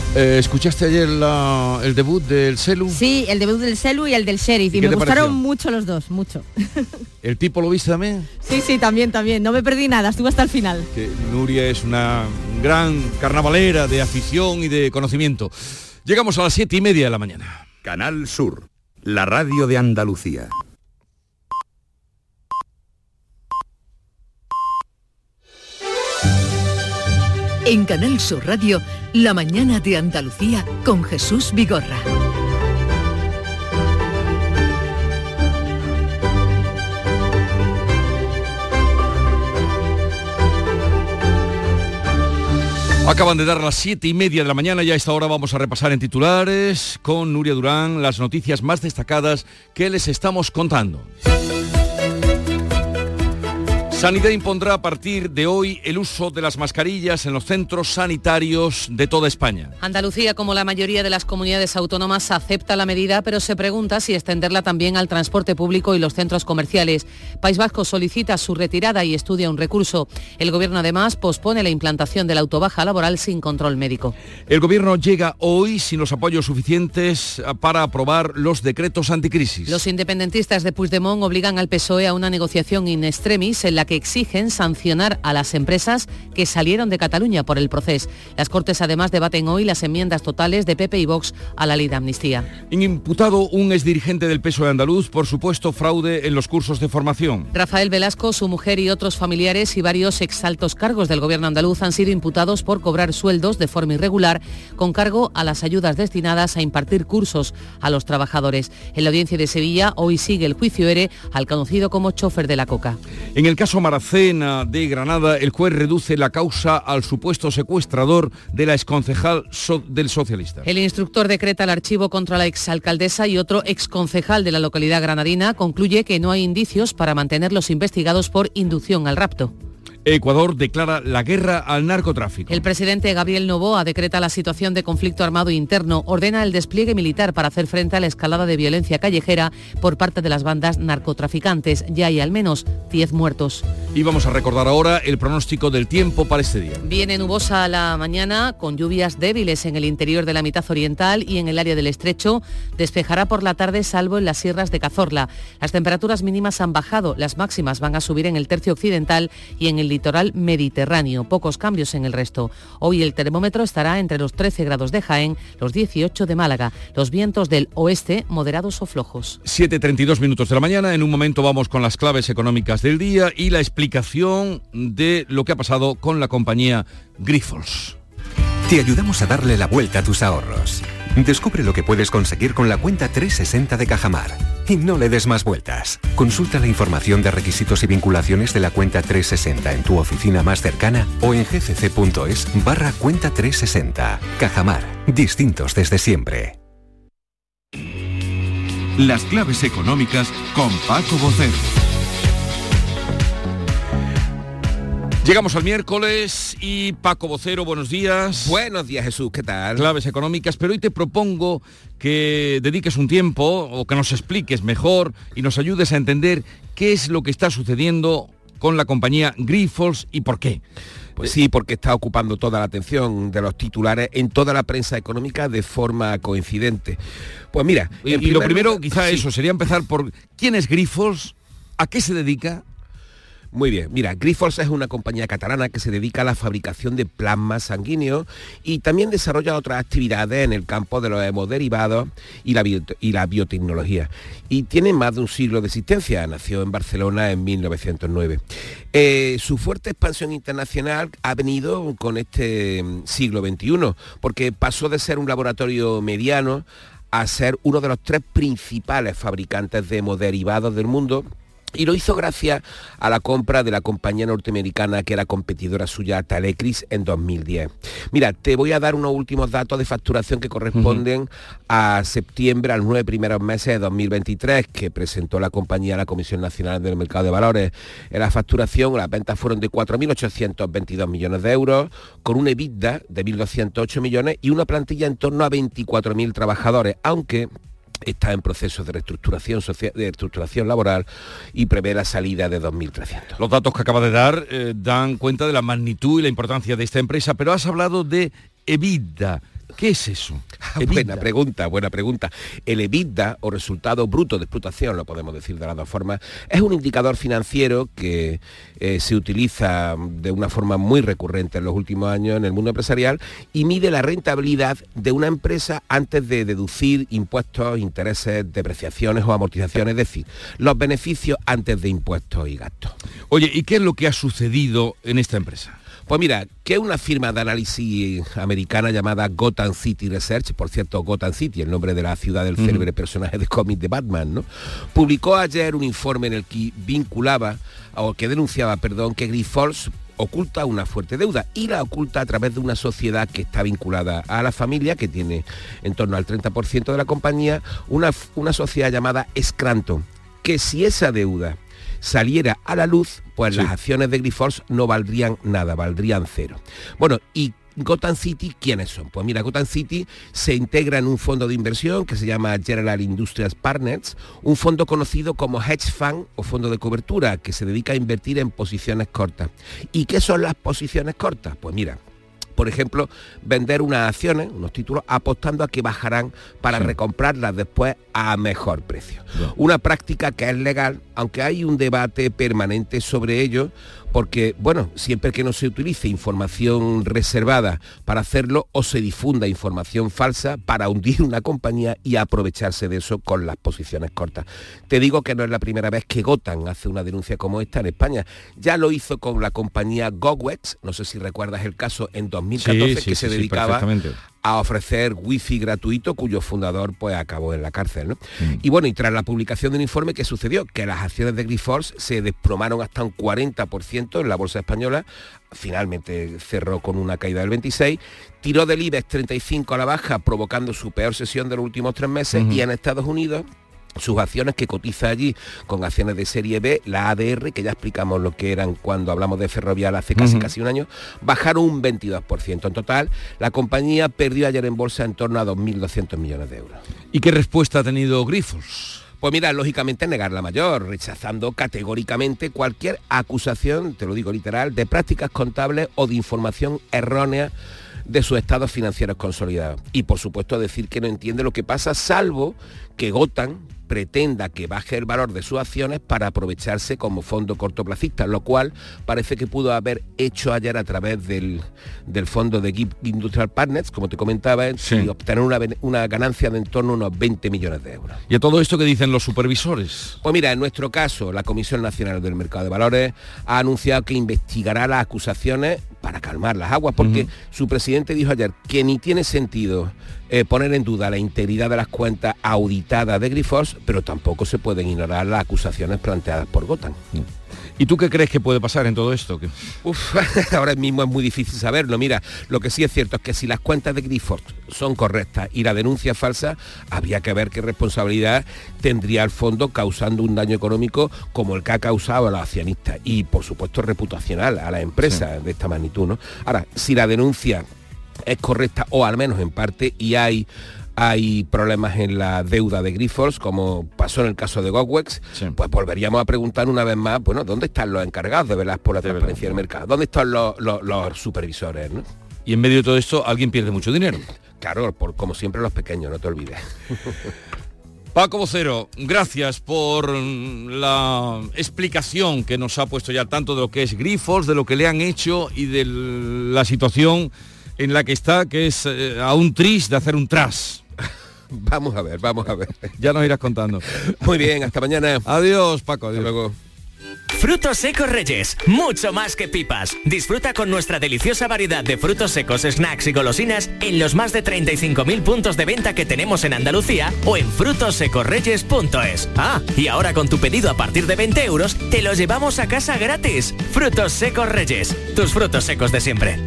Eh, ¿Escuchaste ayer la, el debut del Selu?
Sí, el debut del Selu y el del Sheriff, y, y me gustaron pareció? mucho los dos, mucho.
¿El Pipo lo viste también?
Sí, sí, también, también, no me perdí nada, estuve hasta el final.
Que Nuria es una gran carnavalera de afición y de conocimiento. Llegamos a las siete y media de la mañana.
Canal Sur, la radio de Andalucía.
En Canal Sur Radio, la mañana de Andalucía con Jesús Vigorra.
Acaban de dar las siete y media de la mañana y a esta hora vamos a repasar en titulares con Nuria Durán las noticias más destacadas que les estamos contando. Sanidad impondrá a partir de hoy el uso de las mascarillas en los centros sanitarios de toda España.
Andalucía, como la mayoría de las comunidades autónomas, acepta la medida, pero se pregunta si extenderla también al transporte público y los centros comerciales. País Vasco solicita su retirada y estudia un recurso. El Gobierno, además, pospone la implantación de la autobaja laboral sin control médico.
El Gobierno llega hoy sin los apoyos suficientes para aprobar los decretos anticrisis.
Los independentistas de Puigdemont obligan al P S O E a una negociación in extremis en la que exigen sancionar a las empresas que salieron de Cataluña por el proceso. Las Cortes además debaten hoy las enmiendas totales de P P y Vox a la ley de amnistía.
Imputado un exdirigente del P S O E andaluz por supuesto fraude en los cursos de formación.
Rafael Velasco, su mujer y otros familiares y varios exaltos cargos del gobierno andaluz han sido imputados por cobrar sueldos de forma irregular con cargo a las ayudas destinadas a impartir cursos a los trabajadores. En la audiencia de Sevilla hoy sigue el juicio ERE al conocido como chofer de la coca.
En el caso Maracena de Granada, el juez reduce la causa al supuesto secuestrador de la exconcejal so- del socialista.
El instructor decreta el archivo contra la exalcaldesa y otro exconcejal de la localidad granadina. Concluye que no hay indicios para mantenerlos investigados por inducción al rapto.
Ecuador declara la guerra al narcotráfico.
El presidente Gabriel Noboa decreta la situación de conflicto armado interno, ordena el despliegue militar para hacer frente a la escalada de violencia callejera por parte de las bandas narcotraficantes. Ya hay al menos diez muertos.
Y vamos a recordar ahora el pronóstico del tiempo para este día.
Viene nubosa la mañana, con lluvias débiles en el interior de la mitad oriental y en el área del estrecho. Despejará por la tarde, salvo en las sierras de Cazorla. Las temperaturas mínimas han bajado, las máximas van a subir en el tercio occidental y en el litoral mediterráneo, pocos cambios en el resto. Hoy el termómetro estará entre los trece grados de Jaén, los dieciocho de Málaga. Los vientos del oeste moderados o flojos.
siete y treinta y dos minutos de la mañana. En un momento vamos con las claves económicas del día y la explicación de lo que ha pasado con la compañía Grifols.
Te ayudamos a darle la vuelta a tus ahorros. Descubre lo que puedes conseguir con la cuenta trescientos sesenta de Cajamar. Y no le des más vueltas. Consulta la información de requisitos y vinculaciones de la cuenta trescientos sesenta en tu oficina más cercana o en gcc.es barra cuenta trescientos sesenta. Cajamar. Distintos desde siempre.
Las claves económicas con Paco Vocero.
Llegamos al miércoles y Paco Vocero, buenos días.
Buenos días, Jesús, ¿qué tal?
Claves económicas, pero hoy te propongo que dediques un tiempo o que nos expliques mejor y nos ayudes a entender qué es lo que está sucediendo con la compañía Grifols y por qué.
Pues sí, porque está ocupando toda la atención de los titulares en toda la prensa económica de forma coincidente. Pues mira...
Y, y lo primero,
lugar,
quizá
sí.
eso, sería empezar por ¿quién es Grifols? ¿A qué se dedica?
Muy bien, mira, Grifols es una compañía catalana que se dedica a la fabricación de plasma sanguíneo y también desarrolla otras actividades en el campo de los hemoderivados y la, bio y la biotecnología. Y tiene más de un siglo de existencia, nació en Barcelona en mil novecientos nueve. Eh, su fuerte expansión internacional ha venido con este siglo veintiuno, porque pasó de ser un laboratorio mediano a ser uno de los tres principales fabricantes de hemoderivados del mundo. Y lo hizo gracias a la compra de la compañía norteamericana que era competidora suya, Talecris, en dos mil diez. Mira, te voy a dar unos últimos datos de facturación que corresponden uh-huh. a septiembre, a los nueve primeros meses de dos mil veintitrés, que presentó la compañía a la Comisión Nacional del Mercado de Valores. En la facturación, las ventas fueron de cuatro mil ochocientos veintidós millones de euros, con un EBITDA de mil doscientos ocho millones y una plantilla en torno a veinticuatro mil trabajadores, aunque está en proceso de reestructuración social, de reestructuración laboral y prevé la salida de dos mil trescientos.
Los datos que acaba de dar eh, dan cuenta de la magnitud y la importancia de esta empresa, pero has hablado de EBITDA. ¿Qué es eso?
Buena pregunta, buena pregunta. El EBITDA, o resultado bruto de explotación, lo podemos decir de las dos formas, es un indicador financiero que eh, se utiliza de una forma muy recurrente en los últimos años en el mundo empresarial y mide la rentabilidad de una empresa antes de deducir impuestos, intereses, depreciaciones o amortizaciones, es decir, los beneficios antes de impuestos y gastos.
Oye, ¿y qué es lo que ha sucedido en esta empresa?
Pues mira, que una firma de análisis americana llamada Gotham City Research, por cierto, Gotham City, el nombre de la ciudad del célebre personaje de cómic de Batman, ¿no?, publicó ayer un informe en el que vinculaba, o que denunciaba, perdón, que Grifols oculta una fuerte deuda y la oculta a través de una sociedad que está vinculada a la familia, que tiene en torno al treinta por ciento de la compañía, una, una sociedad llamada Scranton, que si esa deuda saliera a la luz, pues sí, las acciones de Grifols no valdrían nada, valdrían cero. Bueno, y Gotham City, ¿quiénes son? Pues mira, Gotham City se integra en un fondo de inversión que se llama General Industrial Partners, un fondo conocido como hedge fund o fondo de cobertura que se dedica a invertir en posiciones cortas. ¿Y qué son las posiciones cortas? Pues mira, por ejemplo, vender unas acciones, unos títulos, apostando a que bajarán para sí, recomprarlas después a mejor precio. No. Una práctica que es legal, aunque hay un debate permanente sobre ello, porque, bueno, siempre que no se utilice información reservada para hacerlo o se difunda información falsa para hundir una compañía y aprovecharse de eso con las posiciones cortas. Te digo que no es la primera vez que Gotham hace una denuncia como esta en España. Ya lo hizo con la compañía GoWex, no sé si recuerdas el caso, en dos mil catorce, sí, sí, que sí, se sí, dedicaba a ofrecer wifi gratuito, cuyo fundador pues acabó en la cárcel, ¿no? Mm. Y bueno, y tras la publicación de un informe, ¿qué sucedió? Que las acciones de Grifols se desplomaron hasta un cuarenta por ciento en la bolsa española, finalmente cerró con una caída del veintiséis, tiró del IBEX treinta y cinco a la baja, provocando su peor sesión de los últimos tres meses, uh-huh. y en Estados Unidos sus acciones, que cotiza allí con acciones de serie B, la A D R, que ya explicamos lo que eran cuando hablamos de Ferrovial hace casi, uh-huh. casi un año, bajaron un veintidós por ciento. En total, la compañía perdió ayer en bolsa en torno a dos mil doscientos millones de euros.
¿Y qué respuesta ha tenido Grifols?
Pues mira, lógicamente negar la mayor, rechazando categóricamente cualquier acusación, te lo digo literal, de prácticas contables o de información errónea de sus estados financieros consolidados. Y por supuesto decir que no entiende lo que pasa, salvo que Gotham pretenda que baje el valor de sus acciones para aprovecharse como fondo cortoplacista, lo cual parece que pudo haber hecho ayer a través del, del fondo de G I P Industrial Partners, como te comentaba, sí. y obtener una, una ganancia de en torno a unos veinte millones de euros.
¿Y a todo esto qué dicen los supervisores?
Pues mira, en nuestro caso, la Comisión Nacional del Mercado de Valores ha anunciado que investigará las acusaciones para calmar las aguas, porque uh-huh. su presidente dijo ayer que ni tiene sentido eh, poner en duda la integridad de las cuentas auditadas de Grifols, pero tampoco se pueden ignorar las acusaciones planteadas por Gotham.
¿Y tú qué crees que puede pasar en todo esto?
Uf, ahora mismo es muy difícil saberlo. Mira, lo que sí es cierto es que si las cuentas de Grifols son correctas y la denuncia es falsa, habría que ver qué responsabilidad tendría el fondo causando un daño económico como el que ha causado a los accionistas y, por supuesto, reputacional a la empresa sí. de esta magnitud, ¿no? Ahora, si la denuncia es correcta, o al menos en parte, y hay... hay problemas en la deuda de Grifols, como pasó en el caso de GoWex, sí. pues volveríamos a preguntar una vez más, bueno, ¿dónde están los encargados de velar por la de transparencia verdad. del mercado? ¿Dónde están los, los, los supervisores, ¿no?
Y en medio de todo esto, alguien pierde mucho dinero.
Claro, por, como siempre los pequeños, no te olvides.
Paco Vocero, gracias por la explicación que nos ha puesto ya tanto de lo que es Grifols, de lo que le han hecho y de la situación en la que está, que es eh, a un tris de hacer un tras.
Vamos a ver, vamos a ver.
Ya nos irás contando.
Muy bien, hasta mañana.
Adiós, Paco. Adiós.
Hasta luego.
Frutos secos Reyes, mucho más que pipas. Disfruta con nuestra deliciosa variedad de frutos secos, snacks y golosinas en los más de treinta y cinco mil puntos de venta que tenemos en Andalucía o en frutos secos reyes punto es. Ah, y ahora con tu pedido a partir de veinte euros, te los llevamos a casa gratis. Frutos secos Reyes, tus frutos secos de siempre.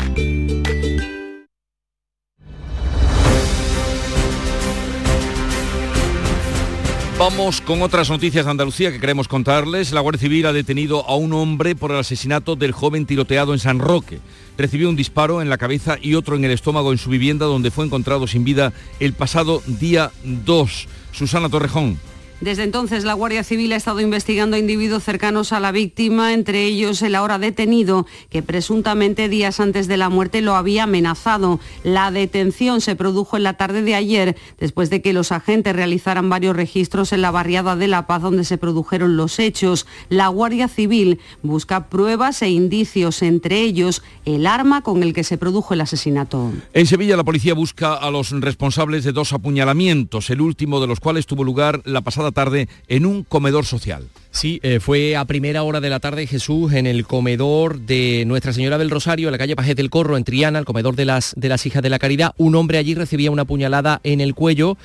Vamos con otras noticias de Andalucía que queremos contarles. La Guardia Civil ha detenido a un hombre por el asesinato del joven tiroteado en San Roque. Recibió un disparo en la cabeza y otro en el estómago en su vivienda, donde fue encontrado sin vida el pasado día dos. Susana Torrejón.
Desde entonces, la Guardia Civil ha estado investigando a individuos cercanos a la víctima, entre ellos el ahora detenido, que presuntamente días antes de la muerte lo había amenazado. La detención se produjo en la tarde de ayer, después de que los agentes realizaran varios registros en la barriada de La Paz, donde se produjeron los hechos. La Guardia Civil busca pruebas e indicios, entre ellos el arma con el que se produjo el asesinato.
En Sevilla, la policía busca a los responsables de dos apuñalamientos, el último de los cuales tuvo lugar la pasada tarde en un comedor social.
Sí, eh, fue a primera hora de la tarde, Jesús, en el comedor de Nuestra Señora del Rosario, en la calle Pajés del Corro, en Triana, el comedor de las, de las Hijas de la Caridad. Un hombre allí recibía una puñalada en el cuello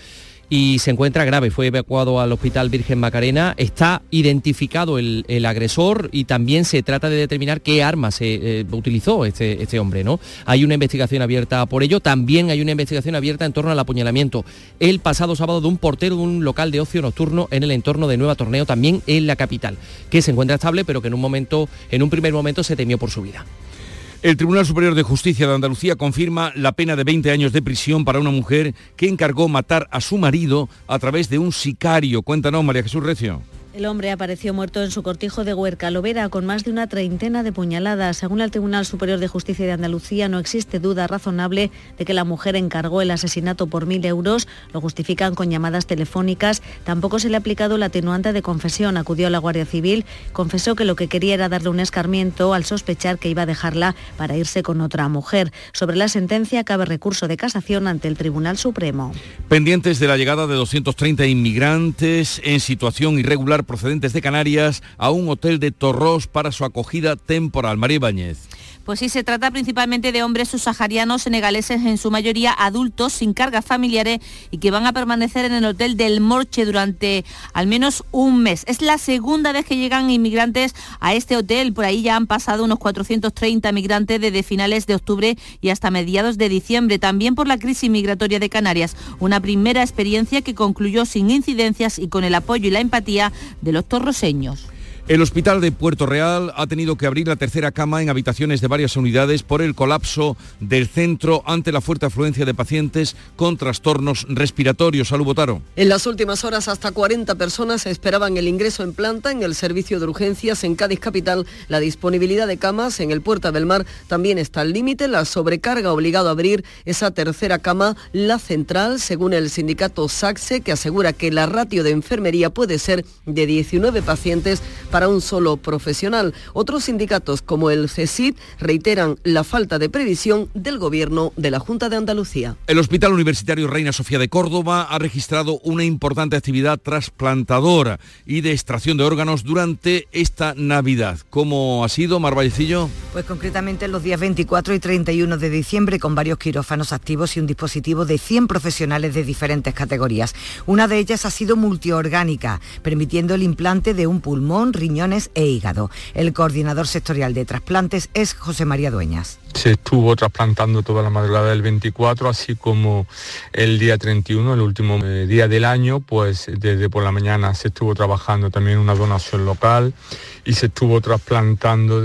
y se encuentra grave. Fue evacuado al Hospital Virgen Macarena. Está identificado el, el agresor y también se trata de determinar qué arma se eh, utilizó este, este hombre, ¿no? Hay una investigación abierta por ello. También hay una investigación abierta en torno al apuñalamiento el pasado sábado de un portero de un local de ocio nocturno en el entorno de Nueva Torneo, también en la capital, que se encuentra estable, pero que en un momento, en un primer momento se temió por su vida.
El Tribunal Superior de Justicia de Andalucía confirma la pena de veinte años de prisión para una mujer que encargó matar a su marido a través de un sicario. Cuéntanos, María Jesús Recio.
El hombre apareció muerto en su cortijo de Huerca Lovera con más de una treintena de puñaladas. Según el Tribunal Superior de Justicia de Andalucía, no existe duda razonable de que la mujer encargó el asesinato por mil euros. Lo justifican con llamadas telefónicas. Tampoco se le ha aplicado la atenuante de confesión. Acudió a la Guardia Civil, confesó que lo que quería era darle un escarmiento al sospechar que iba a dejarla para irse con otra mujer. Sobre la sentencia cabe recurso de casación ante el Tribunal Supremo.
Pendientes de la llegada de doscientos treinta inmigrantes en situación irregular procedentes de Canarias a un hotel de Torrós para su acogida temporal. María Ibáñez.
Pues sí, se trata principalmente de hombres subsaharianos senegaleses, en su mayoría adultos, sin cargas familiares y que van a permanecer en el hotel del Morche durante al menos un mes. Es la segunda vez que llegan inmigrantes a este hotel. Por ahí ya han pasado unos cuatrocientos treinta migrantes desde finales de octubre y hasta mediados de diciembre, también por la crisis migratoria de Canarias. Una primera experiencia que concluyó sin incidencias y con el apoyo y la empatía de los torroseños.
El Hospital de Puerto Real ha tenido que abrir la tercera cama en habitaciones de varias unidades por el colapso del centro ante la fuerte afluencia de pacientes con trastornos respiratorios. Salud, Botaro.
En las últimas horas, hasta cuarenta personas esperaban el ingreso en planta en el servicio de urgencias en Cádiz capital. La disponibilidad de camas en el Puerta del Mar también está al límite. La sobrecarga ha obligado a abrir esa tercera cama, la central, según el sindicato SACSE, que asegura que la ratio de enfermería puede ser de diecinueve pacientes para un solo profesional. Otros sindicatos, como el CESID, reiteran la falta de previsión del Gobierno de la Junta de Andalucía.
El Hospital Universitario Reina Sofía de Córdoba ha registrado una importante actividad trasplantadora y de extracción de órganos durante esta Navidad. ¿Cómo ha sido, Mar Vallecillo?
Pues concretamente los días veinticuatro y treinta y uno de diciembre, con varios quirófanos activos y un dispositivo de cien profesionales de diferentes categorías. Una de ellas ha sido multiorgánica, permitiendo el implante de un pulmón, riñones e hígado. El coordinador sectorial de trasplantes es José María Dueñas.
Se estuvo trasplantando toda la madrugada del veinticuatro, así como el día treinta y uno, el último eh, día del año, pues desde por la mañana se estuvo trabajando también una donación local y se estuvo trasplantando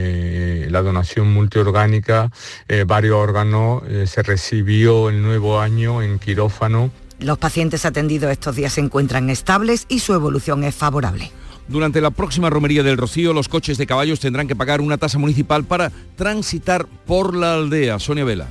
de la donación multiorgánica, eh, varios órganos, eh, se recibió el nuevo año en quirófano.
Los pacientes atendidos estos días se encuentran estables y su evolución es favorable.
Durante la próxima romería del Rocío, los coches de caballos tendrán que pagar una tasa municipal para transitar por la aldea. Sonia Vela.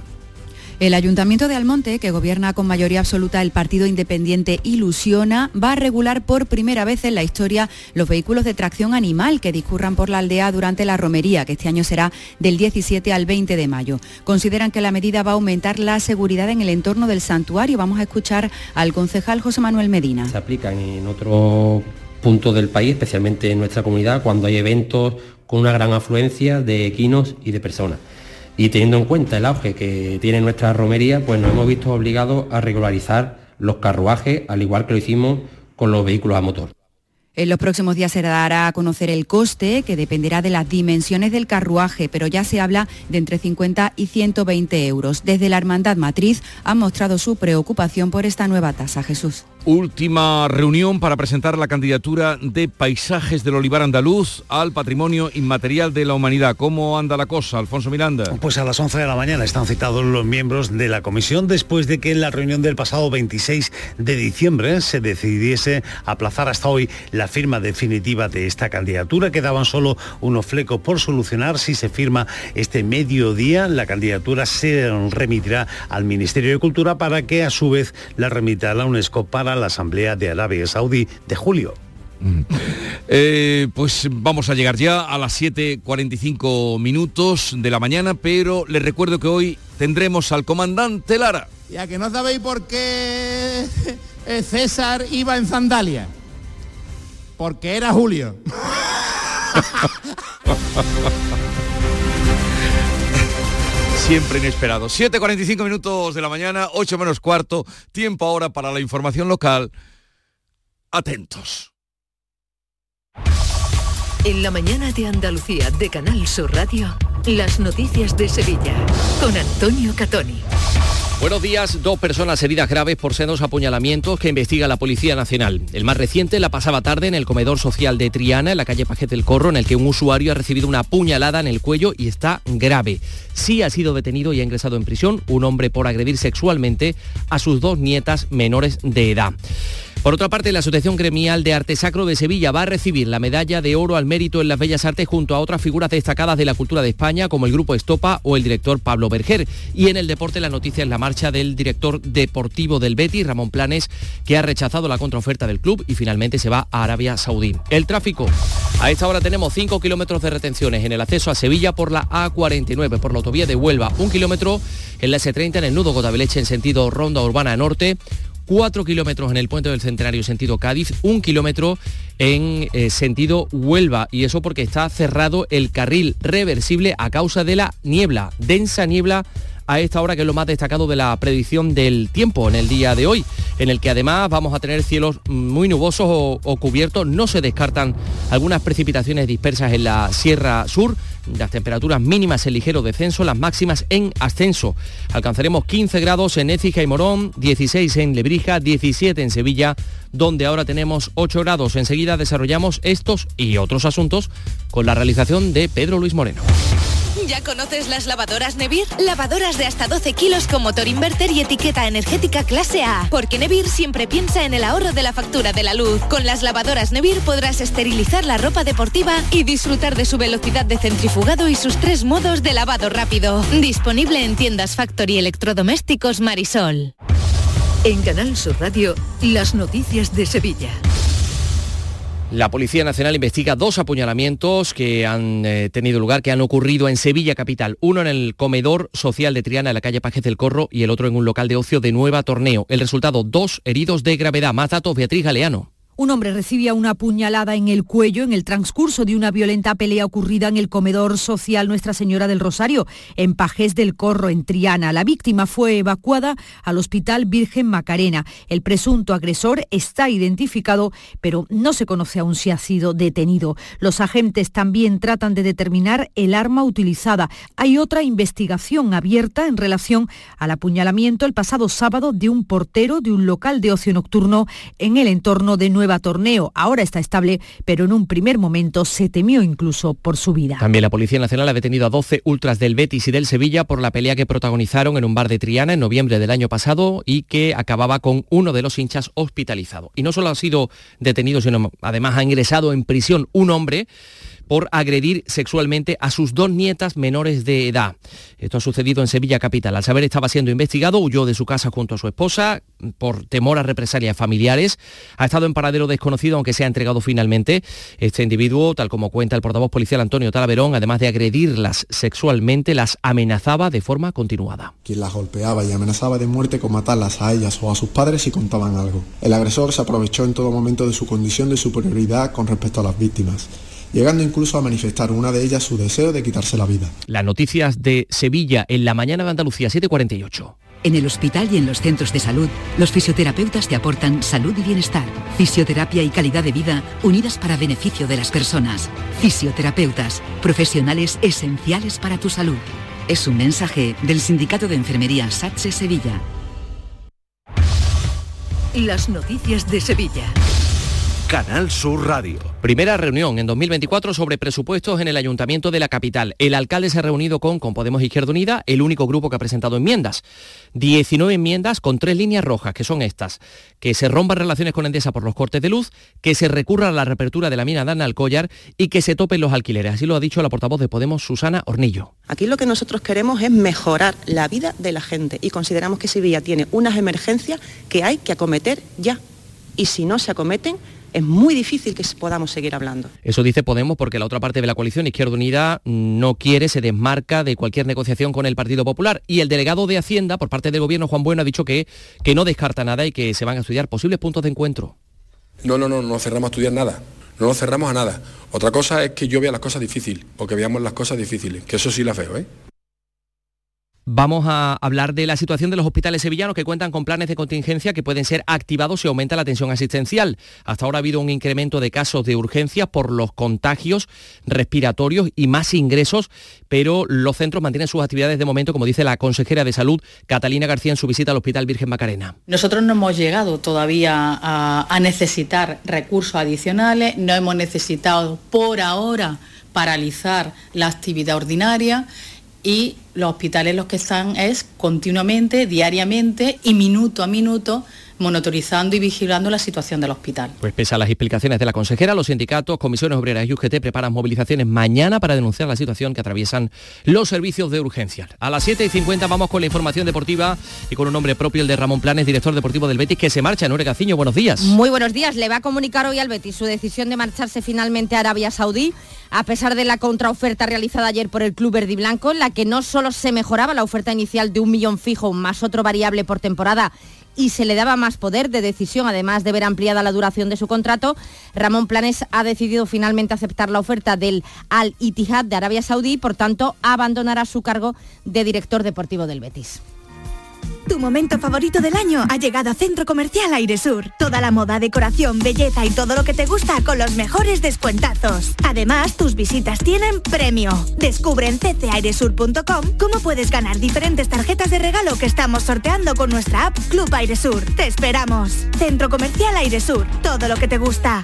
El Ayuntamiento de Almonte, que gobierna con mayoría absoluta el partido independiente Ilusiona, va a regular por primera vez en la historia los vehículos de tracción animal que discurran por la aldea durante la romería, que este año será del diecisiete al veinte de mayo. Consideran que la medida va a aumentar la seguridad en el entorno del santuario. Vamos a escuchar al concejal José Manuel Medina.
Se aplican en otros puntos del país, especialmente en nuestra comunidad, cuando hay eventos con una gran afluencia de equinos y de personas. Y teniendo en cuenta el auge que tiene nuestra romería, pues nos hemos visto obligados a regularizar los carruajes, al igual que lo hicimos con los vehículos a motor.
En los próximos días se dará a conocer el coste, que dependerá de las dimensiones del carruaje, pero ya se habla de entre cincuenta y ciento veinte euros. Desde la Hermandad Matriz han mostrado su preocupación por esta nueva tasa. Jesús.
Última reunión para presentar la candidatura de Paisajes del Olivar Andaluz al Patrimonio Inmaterial de la Humanidad. ¿Cómo anda la cosa, Alfonso Miranda?
Pues a las once de la mañana están citados los miembros de la comisión después de que en la reunión del pasado veintiséis de diciembre se decidiese aplazar hasta hoy la firma definitiva de esta candidatura. Quedaban solo unos flecos por solucionar. Si se firma este mediodía, la candidatura se remitirá al Ministerio de Cultura para que a su vez la remita a la UNESCO para la Asamblea de Arabia Saudí de julio.
Mm. Eh, pues vamos a llegar ya a las siete cuarenta y cinco minutos de la mañana, pero les recuerdo que hoy tendremos al comandante Lara.
Ya que no sabéis por qué César iba en sandalias, porque era Julio.
Siempre inesperado. siete cuarenta y cinco minutos de la mañana, ocho menos cuarto, tiempo ahora para la información local. Atentos.
En la mañana de Andalucía de Canal Sur Radio, las noticias de Sevilla, con Antonio Catoni.
Buenos días. Dos personas heridas graves por sendos apuñalamientos que investiga la Policía Nacional. El más reciente la pasaba tarde en el comedor social de Triana, en la calle Pajet del Corro, en el que un usuario ha recibido una puñalada en el cuello y está grave. Sí ha sido detenido y ha ingresado en prisión un hombre por agredir sexualmente a sus dos nietas menores de edad. Por otra parte, la Asociación Gremial de Arte Sacro de Sevilla va a recibir la medalla de oro al mérito en las bellas artes junto a otras figuras destacadas de la cultura de España, como el Grupo Estopa o el director Pablo Berger. Y en el deporte, la noticia es la marcha del director deportivo del Betis, Ramón Planes, que ha rechazado la contraoferta del club y finalmente se va a Arabia Saudí. El tráfico. A esta hora tenemos cinco kilómetros de retenciones en el acceso a Sevilla por la A cuarenta y nueve, por la autovía de Huelva, un kilómetro en la ese treinta en el nudo Gotabeleche en sentido Ronda Urbana Norte, cuatro kilómetros en el Puente del Centenario sentido Cádiz, un kilómetro en eh, sentido Huelva, y eso porque está cerrado el carril reversible a causa de la niebla, densa niebla a esta hora, que es lo más destacado de la predicción del tiempo en el día de hoy, en el que además vamos a tener cielos muy nubosos o, o cubiertos. No se descartan algunas precipitaciones dispersas en la Sierra Sur. Las temperaturas mínimas en ligero descenso, las máximas en ascenso. Alcanzaremos quince grados en Écija y Morón, dieciséis en Lebrija, diecisiete en Sevilla, donde ahora tenemos ocho grados. Enseguida desarrollamos estos y otros asuntos con la realización de Pedro Luis Moreno.
¿Ya conoces las lavadoras Nevir? Lavadoras de hasta doce kilos con motor inverter y etiqueta energética clase A. Porque Nevir siempre piensa en el ahorro de la factura de la luz. Con las lavadoras Nevir podrás esterilizar la ropa deportiva y disfrutar de su velocidad de centrifugado y sus tres modos de lavado rápido. Disponible en tiendas Factory Electrodomésticos Marisol.
En Canal Sur Radio, las noticias de Sevilla.
La Policía Nacional investiga dos apuñalamientos que han eh, tenido lugar, que han ocurrido en Sevilla capital. Uno en el comedor social de Triana, en la calle Pajes del Corro, y el otro en un local de ocio de Nueva Torneo. El resultado, dos heridos de gravedad. Más datos, Beatriz Galeano.
Un hombre recibía una puñalada en el cuello en el transcurso de una violenta pelea ocurrida en el comedor social Nuestra Señora del Rosario, en Pajés del Corro, en Triana. La víctima fue evacuada al Hospital Virgen Macarena. El presunto agresor está identificado, pero no se conoce aún si ha sido detenido. Los agentes también tratan de determinar el arma utilizada. Hay otra investigación abierta en relación al apuñalamiento el pasado sábado de un portero de un local de ocio nocturno en el entorno de Nueva Torneo. Ahora está estable, pero en un primer momento se temió incluso por su vida.
También la Policía Nacional ha detenido a doce ultras del Betis y del Sevilla por la pelea que protagonizaron en un bar de Triana en noviembre del año pasado y que acababa con uno de los hinchas hospitalizado. Y no solo ha sido detenido, sino además ha ingresado en prisión un hombre por agredir sexualmente a sus dos nietas menores de edad. Esto ha sucedido en Sevilla capital. Al saber estaba siendo investigado, huyó de su casa junto a su esposa por temor a represalias familiares. Ha estado en paradero desconocido, aunque se ha entregado finalmente. Este individuo, tal como cuenta el portavoz policial Antonio Talaverón, además de agredirlas sexualmente, las amenazaba de forma continuada.
Quien las golpeaba y amenazaba de muerte con matarlas a ellas o a sus padres si contaban algo. El agresor se aprovechó en todo momento de su condición de superioridad con respecto a las víctimas, llegando incluso a manifestar una de ellas su deseo de quitarse la vida.
Las noticias de Sevilla en la mañana de Andalucía, siete cuarenta y ocho.
En el hospital y en los centros de salud, los fisioterapeutas te aportan salud y bienestar, fisioterapia y calidad de vida unidas para beneficio de las personas. Fisioterapeutas, profesionales esenciales para tu salud. Es un mensaje del Sindicato de Enfermería SATSE Sevilla.
las noticias de Sevilla.
Canal Sur Radio.
Primera reunión en dos mil veinticuatro sobre presupuestos en el Ayuntamiento de la capital. El alcalde se ha reunido con, con Podemos Izquierda Unida, el único grupo que ha presentado enmiendas. diecinueve enmiendas con tres líneas rojas, que son estas. Que se rompan relaciones con Endesa por los cortes de luz, que se recurra a la reapertura de la mina de Analcollar y que se topen los alquileres. Así lo ha dicho la portavoz de Podemos, Susana Hornillo.
Aquí lo que nosotros queremos es mejorar la vida de la gente y consideramos que Sevilla tiene unas emergencias que hay que acometer ya. Y si no se acometen, es muy difícil que podamos seguir hablando.
Eso dice Podemos porque la otra parte de la coalición, Izquierda Unida, no quiere, se desmarca de cualquier negociación con el Partido Popular. Y el delegado de Hacienda, por parte del Gobierno, Juan Bueno, ha dicho que, que no descarta nada y que se van a estudiar posibles puntos de encuentro.
No, no, no, no cerramos a estudiar nada. No nos cerramos a nada. Otra cosa es que yo vea las cosas difíciles o que veamos las cosas difíciles, que eso sí las veo, ¿eh?
Vamos a hablar de la situación de los hospitales sevillanos que cuentan con planes de contingencia que pueden ser activados si aumenta la tensión asistencial. Hasta ahora ha habido un incremento de casos de urgencia por los contagios respiratorios y más ingresos, pero los centros mantienen sus actividades de momento, como dice la consejera de Salud, Catalina García, en su visita al Hospital Virgen Macarena.
Nosotros no hemos llegado todavía a, a necesitar recursos adicionales, no hemos necesitado por ahora paralizar la actividad ordinaria. Y los hospitales los que están es continuamente, diariamente y minuto a minuto monitorizando y vigilando la situación del hospital.
Pues pese a las explicaciones de la consejera, los sindicatos, comisiones obreras y U G T preparan movilizaciones mañana para denunciar la situación que atraviesan los servicios de urgencia. A las siete y cincuenta vamos con la información deportiva y con un nombre propio, el de Ramón Planes, director deportivo del Betis, que se marcha. Nure Gaciño, buenos días.
Muy buenos días. Le va a comunicar hoy al Betis su decisión de marcharse finalmente a Arabia Saudí, a pesar de la contraoferta realizada ayer por el club verdiblanco, en la que no solo se mejoraba la oferta inicial de un millón fijo más otro variable por temporada y se le daba más poder de decisión, además de ver ampliada la duración de su contrato, Ramón Planes ha decidido finalmente aceptar la oferta del Al Ittihad de Arabia Saudí, por tanto abandonará su cargo de director deportivo del Betis.
Tu momento favorito del año ha llegado a Centro Comercial Airesur. Toda la moda, decoración, belleza y todo lo que te gusta con los mejores descuentazos. Además, tus visitas tienen premio. Descubre en c c airesur punto com cómo puedes ganar diferentes tarjetas de regalo que estamos sorteando con nuestra app Club Airesur. ¡Te esperamos! Centro Comercial Airesur. Todo lo que te gusta.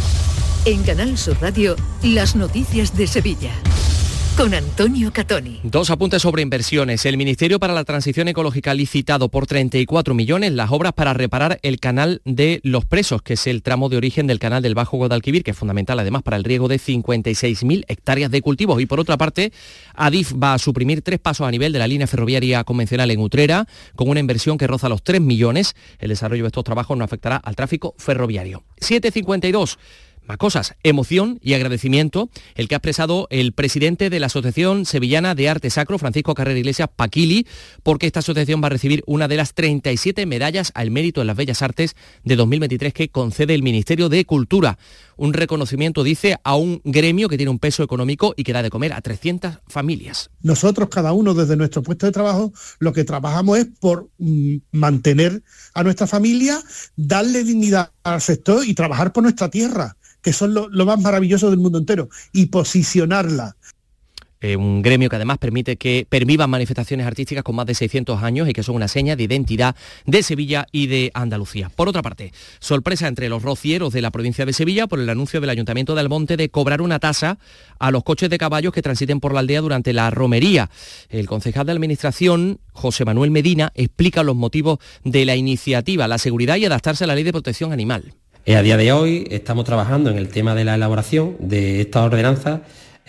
En Canal Sur Radio, las noticias de Sevilla. Con Antonio Catoni.
Dos apuntes sobre inversiones. El Ministerio para la Transición Ecológica ha licitado por treinta y cuatro millones las obras para reparar el canal de Los Presos, que es el tramo de origen del canal del Bajo Guadalquivir, que es fundamental además para el riego de cincuenta y seis mil hectáreas de cultivos. Y por otra parte, Adif va a suprimir tres pasos a nivel de la línea ferroviaria convencional en Utrera, con una inversión que roza los tres millones. El desarrollo de estos trabajos no afectará al tráfico ferroviario. siete cincuenta y dos. Más cosas, emoción y agradecimiento, el que ha expresado el presidente de la Asociación Sevillana de Arte Sacro, Francisco Carrera Iglesias Paquili, porque esta asociación va a recibir una de las treinta y siete medallas al mérito en las bellas artes de dos mil veintitrés que concede el Ministerio de Cultura. Un reconocimiento, dice, a un gremio que tiene un peso económico y que da de comer a trescientas familias.
Nosotros, cada uno desde nuestro puesto de trabajo, lo que trabajamos es por mm, mantener a nuestra familia, darle dignidad al sector y trabajar por nuestra tierra, que son lo, lo más maravilloso del mundo entero, y posicionarla.
Eh, un gremio que además permite que pervivan manifestaciones artísticas con más de seiscientos años y que son una seña de identidad de Sevilla y de Andalucía. Por otra parte, sorpresa entre los rocieros de la provincia de Sevilla por el anuncio del Ayuntamiento de Almonte de cobrar una tasa a los coches de caballos que transiten por la aldea durante la romería. El concejal de Administración, José Manuel Medina, explica los motivos de la iniciativa, la seguridad y adaptarse a la Ley de Protección Animal.
A día de hoy estamos trabajando en el tema de la elaboración de estas ordenanzas,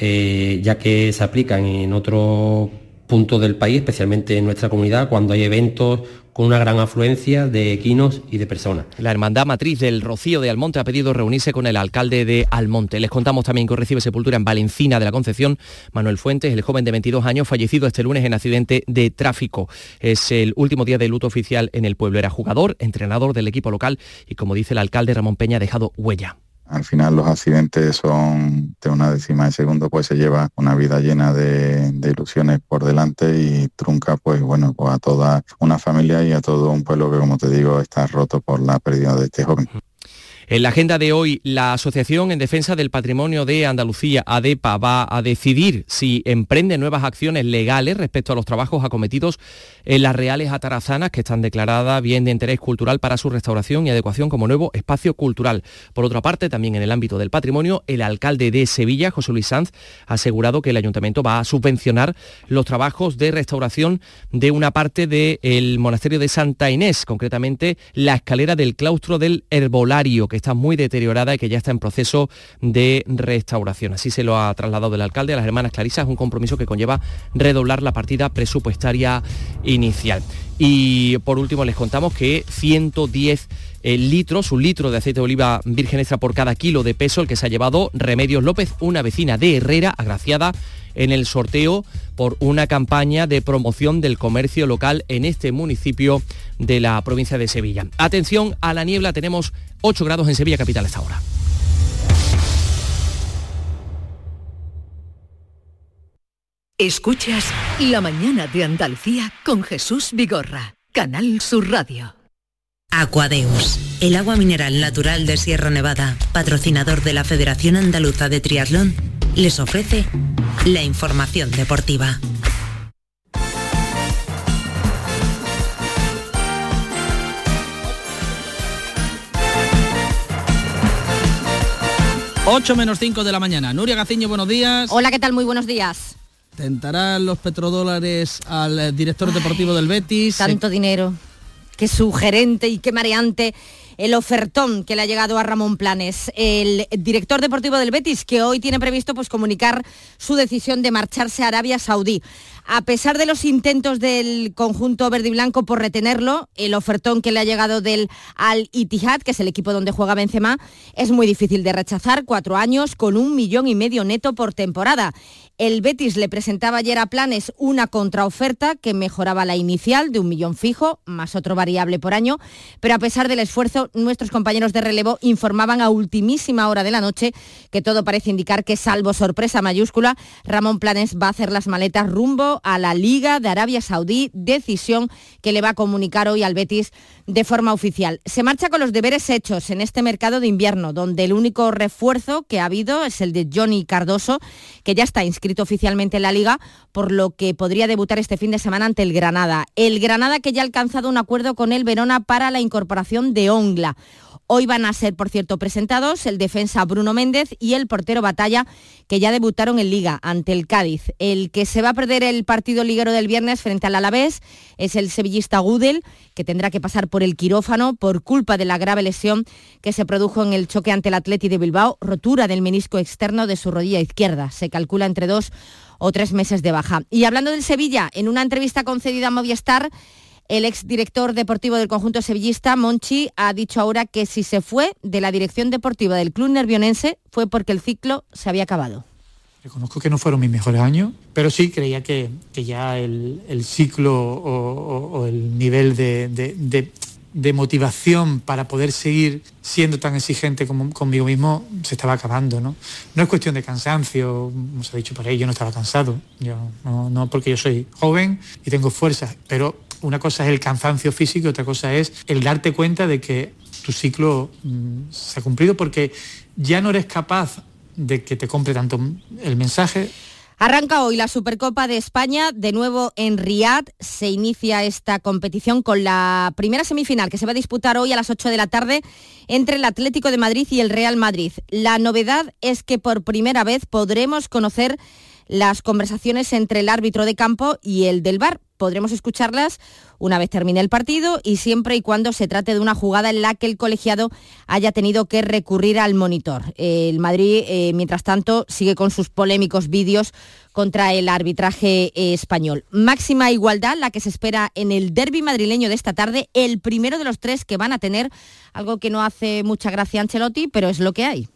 eh, ya que se aplican en otros puntos del país, especialmente en nuestra comunidad, cuando hay eventos con una gran afluencia de equinos y de personas.
La Hermandad Matriz del Rocío de Almonte ha pedido reunirse con el alcalde de Almonte. Les contamos también que recibe sepultura en Valencina de la Concepción Manuel Fuentes, el joven de veintidós años fallecido este lunes en accidente de tráfico. Es el último día de luto oficial en el pueblo. Era jugador, entrenador del equipo local y, como dice el alcalde Ramón Peña, ha dejado huella.
Al final los accidentes son de una décima de segundo, pues se lleva una vida llena de, de ilusiones por delante y trunca pues bueno pues a toda una familia y a todo un pueblo que, como te digo, está roto por la pérdida de este joven.
En la agenda de hoy, la Asociación en Defensa del Patrimonio de Andalucía, ADEPA, va a decidir si emprende nuevas acciones legales respecto a los trabajos acometidos en las Reales Atarazanas, que están declaradas bien de interés cultural para su restauración y adecuación como nuevo espacio cultural. Por otra parte, también en el ámbito del patrimonio, el alcalde de Sevilla, José Luis Sanz, ha asegurado que el ayuntamiento va a subvencionar los trabajos de restauración de una parte del monasterio de Santa Inés, concretamente la escalera del claustro del Herbolario, que está muy deteriorada y que ya está en proceso de restauración. Así se lo ha trasladado el alcalde a las hermanas Clarisas, un compromiso que conlleva redoblar la partida presupuestaria inicial. Y por último les contamos que ciento diez eh, litros, un litro de aceite de oliva virgen extra por cada kilo de peso, el que se ha llevado Remedios López, una vecina de Herrera, agraciada en el sorteo por una campaña de promoción del comercio local en este municipio de la provincia de Sevilla. Atención a la niebla, tenemos ocho grados en Sevilla capital a esta hora.
Escuchas La Mañana de Andalucía con Jesús Vigorra, Canal Sur Radio.
Aquadeus, el agua mineral natural de Sierra Nevada, patrocinador de la Federación Andaluza de Triatlón, les ofrece la información deportiva.
ocho menos cinco de la mañana. Nuria Gaciño, buenos días.
Hola, ¿qué tal? Muy buenos días.
¿Tentarán los petrodólares al director Ay, deportivo del Betis?
Tanto Se... dinero. Qué sugerente y qué mareante el ofertón que le ha llegado a Ramón Planes, el director deportivo del Betis, que hoy tiene previsto pues comunicar su decisión de marcharse a Arabia Saudí. A pesar de los intentos del conjunto verde y blanco por retenerlo, el ofertón que le ha llegado del Al-Ittihad, que es el equipo donde juega Benzema, es muy difícil de rechazar, cuatro años con un millón y medio neto por temporada. El Betis le presentaba ayer a Planes una contraoferta que mejoraba la inicial de un millón fijo, más otro variable por año, pero a pesar del esfuerzo, nuestros compañeros de relevo informaban a ultimísima hora de la noche que todo parece indicar que, salvo sorpresa mayúscula, Ramón Planes va a hacer las maletas rumbo a la Liga de Arabia Saudí, decisión que le va a comunicar hoy al Betis de forma oficial. Se marcha con los deberes hechos en este mercado de invierno, donde el único refuerzo que ha habido es el de Johnny Cardoso, que ya está inscrito oficialmente en la Liga, por lo que podría debutar este fin de semana ante el Granada. El Granada que ya ha alcanzado un acuerdo con el Verona para la incorporación de Ongla. Hoy van a ser, por cierto, presentados el defensa Bruno Méndez y el portero Batalla, que ya debutaron en Liga ante el Cádiz. El que se va a perder el partido liguero del viernes frente al Alavés es el sevillista Gudel, que tendrá que pasar por el quirófano por culpa de la grave lesión que se produjo en el choque ante el Athletic de Bilbao, rotura del menisco externo de su rodilla izquierda. Se calcula entre dos o tres meses de baja. Y hablando del Sevilla, en una entrevista concedida a Movistar, el exdirector deportivo del conjunto sevillista, Monchi, ha dicho ahora que si se fue de la dirección deportiva del club nervionense fue porque el ciclo se había acabado.
Reconozco que no fueron mis mejores años, pero sí creía que, que ya el, el ciclo o, o, o el nivel de, de, de, de motivación para poder seguir siendo tan exigente como, conmigo mismo se estaba acabando, ¿no? No es cuestión de cansancio, como se ha dicho por ahí, yo no estaba cansado, yo, no, no porque yo soy joven y tengo fuerza, pero una cosa es el cansancio físico y otra cosa es el darte cuenta de que tu ciclo mmm, se ha cumplido porque ya no eres capaz de que te compre tanto el mensaje.
Arranca hoy la Supercopa de España, de nuevo en Riad. Se inicia esta competición con la primera semifinal que se va a disputar hoy a las ocho de la tarde entre el Atlético de Madrid y el Real Madrid. La novedad es que por primera vez podremos conocer las conversaciones entre el árbitro de campo y el del V A R. Podremos escucharlas una vez termine el partido y siempre y cuando se trate de una jugada en la que el colegiado haya tenido que recurrir al monitor. El Madrid, eh, mientras tanto, sigue con sus polémicos vídeos contra el arbitraje eh, español. Máxima igualdad la que se espera en el derbi madrileño de esta tarde, el primero de los tres que van a tener, algo que no hace mucha gracia a Ancelotti, pero es lo que hay.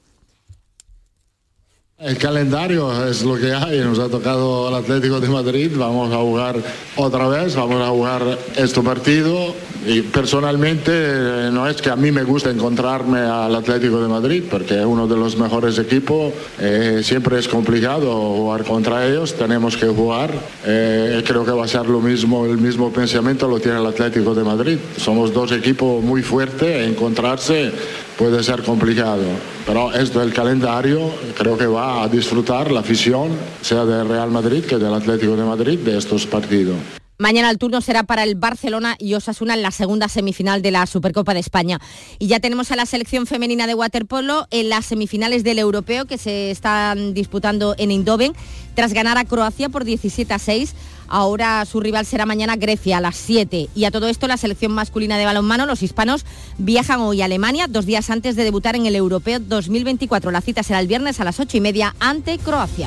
El calendario es lo que hay, nos ha tocado el Atlético de Madrid, vamos a jugar otra vez, vamos a jugar este partido y personalmente no es que a mí me guste encontrarme al Atlético de Madrid porque es uno de los mejores equipos, eh, siempre es complicado jugar contra ellos, tenemos que jugar, eh, creo que va a ser lo mismo, el mismo pensamiento lo tiene el Atlético de Madrid, somos dos equipos muy fuertes, encontrarse puede ser complicado. Pero esto del calendario creo que va a disfrutar la afición, sea del Real Madrid que del Atlético de Madrid, de estos partidos.
Mañana el turno será para el Barcelona y Osasuna en la segunda semifinal de la Supercopa de España. Y ya tenemos a la selección femenina de waterpolo en las semifinales del Europeo que se están disputando en Eindhoven. Tras ganar a Croacia por diecisiete a seis, ahora su rival será mañana Grecia a las siete. Y a todo esto la selección masculina de balonmano, los hispanos, viajan hoy a Alemania, dos días antes de debutar en el Europeo dos mil veinticuatro. La cita será el viernes a las ocho y media ante Croacia.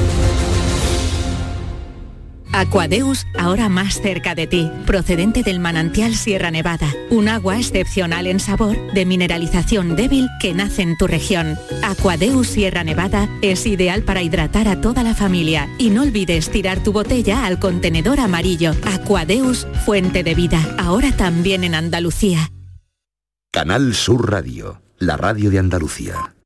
Aquadeus, ahora más cerca de ti, procedente del manantial Sierra Nevada, un agua excepcional en sabor, de mineralización débil que nace en tu región. Aquadeus Sierra Nevada es ideal para hidratar a toda la familia y no olvides tirar tu botella al contenedor amarillo. Aquadeus, fuente de vida, ahora también en Andalucía.
Canal Sur Radio, la radio de Andalucía.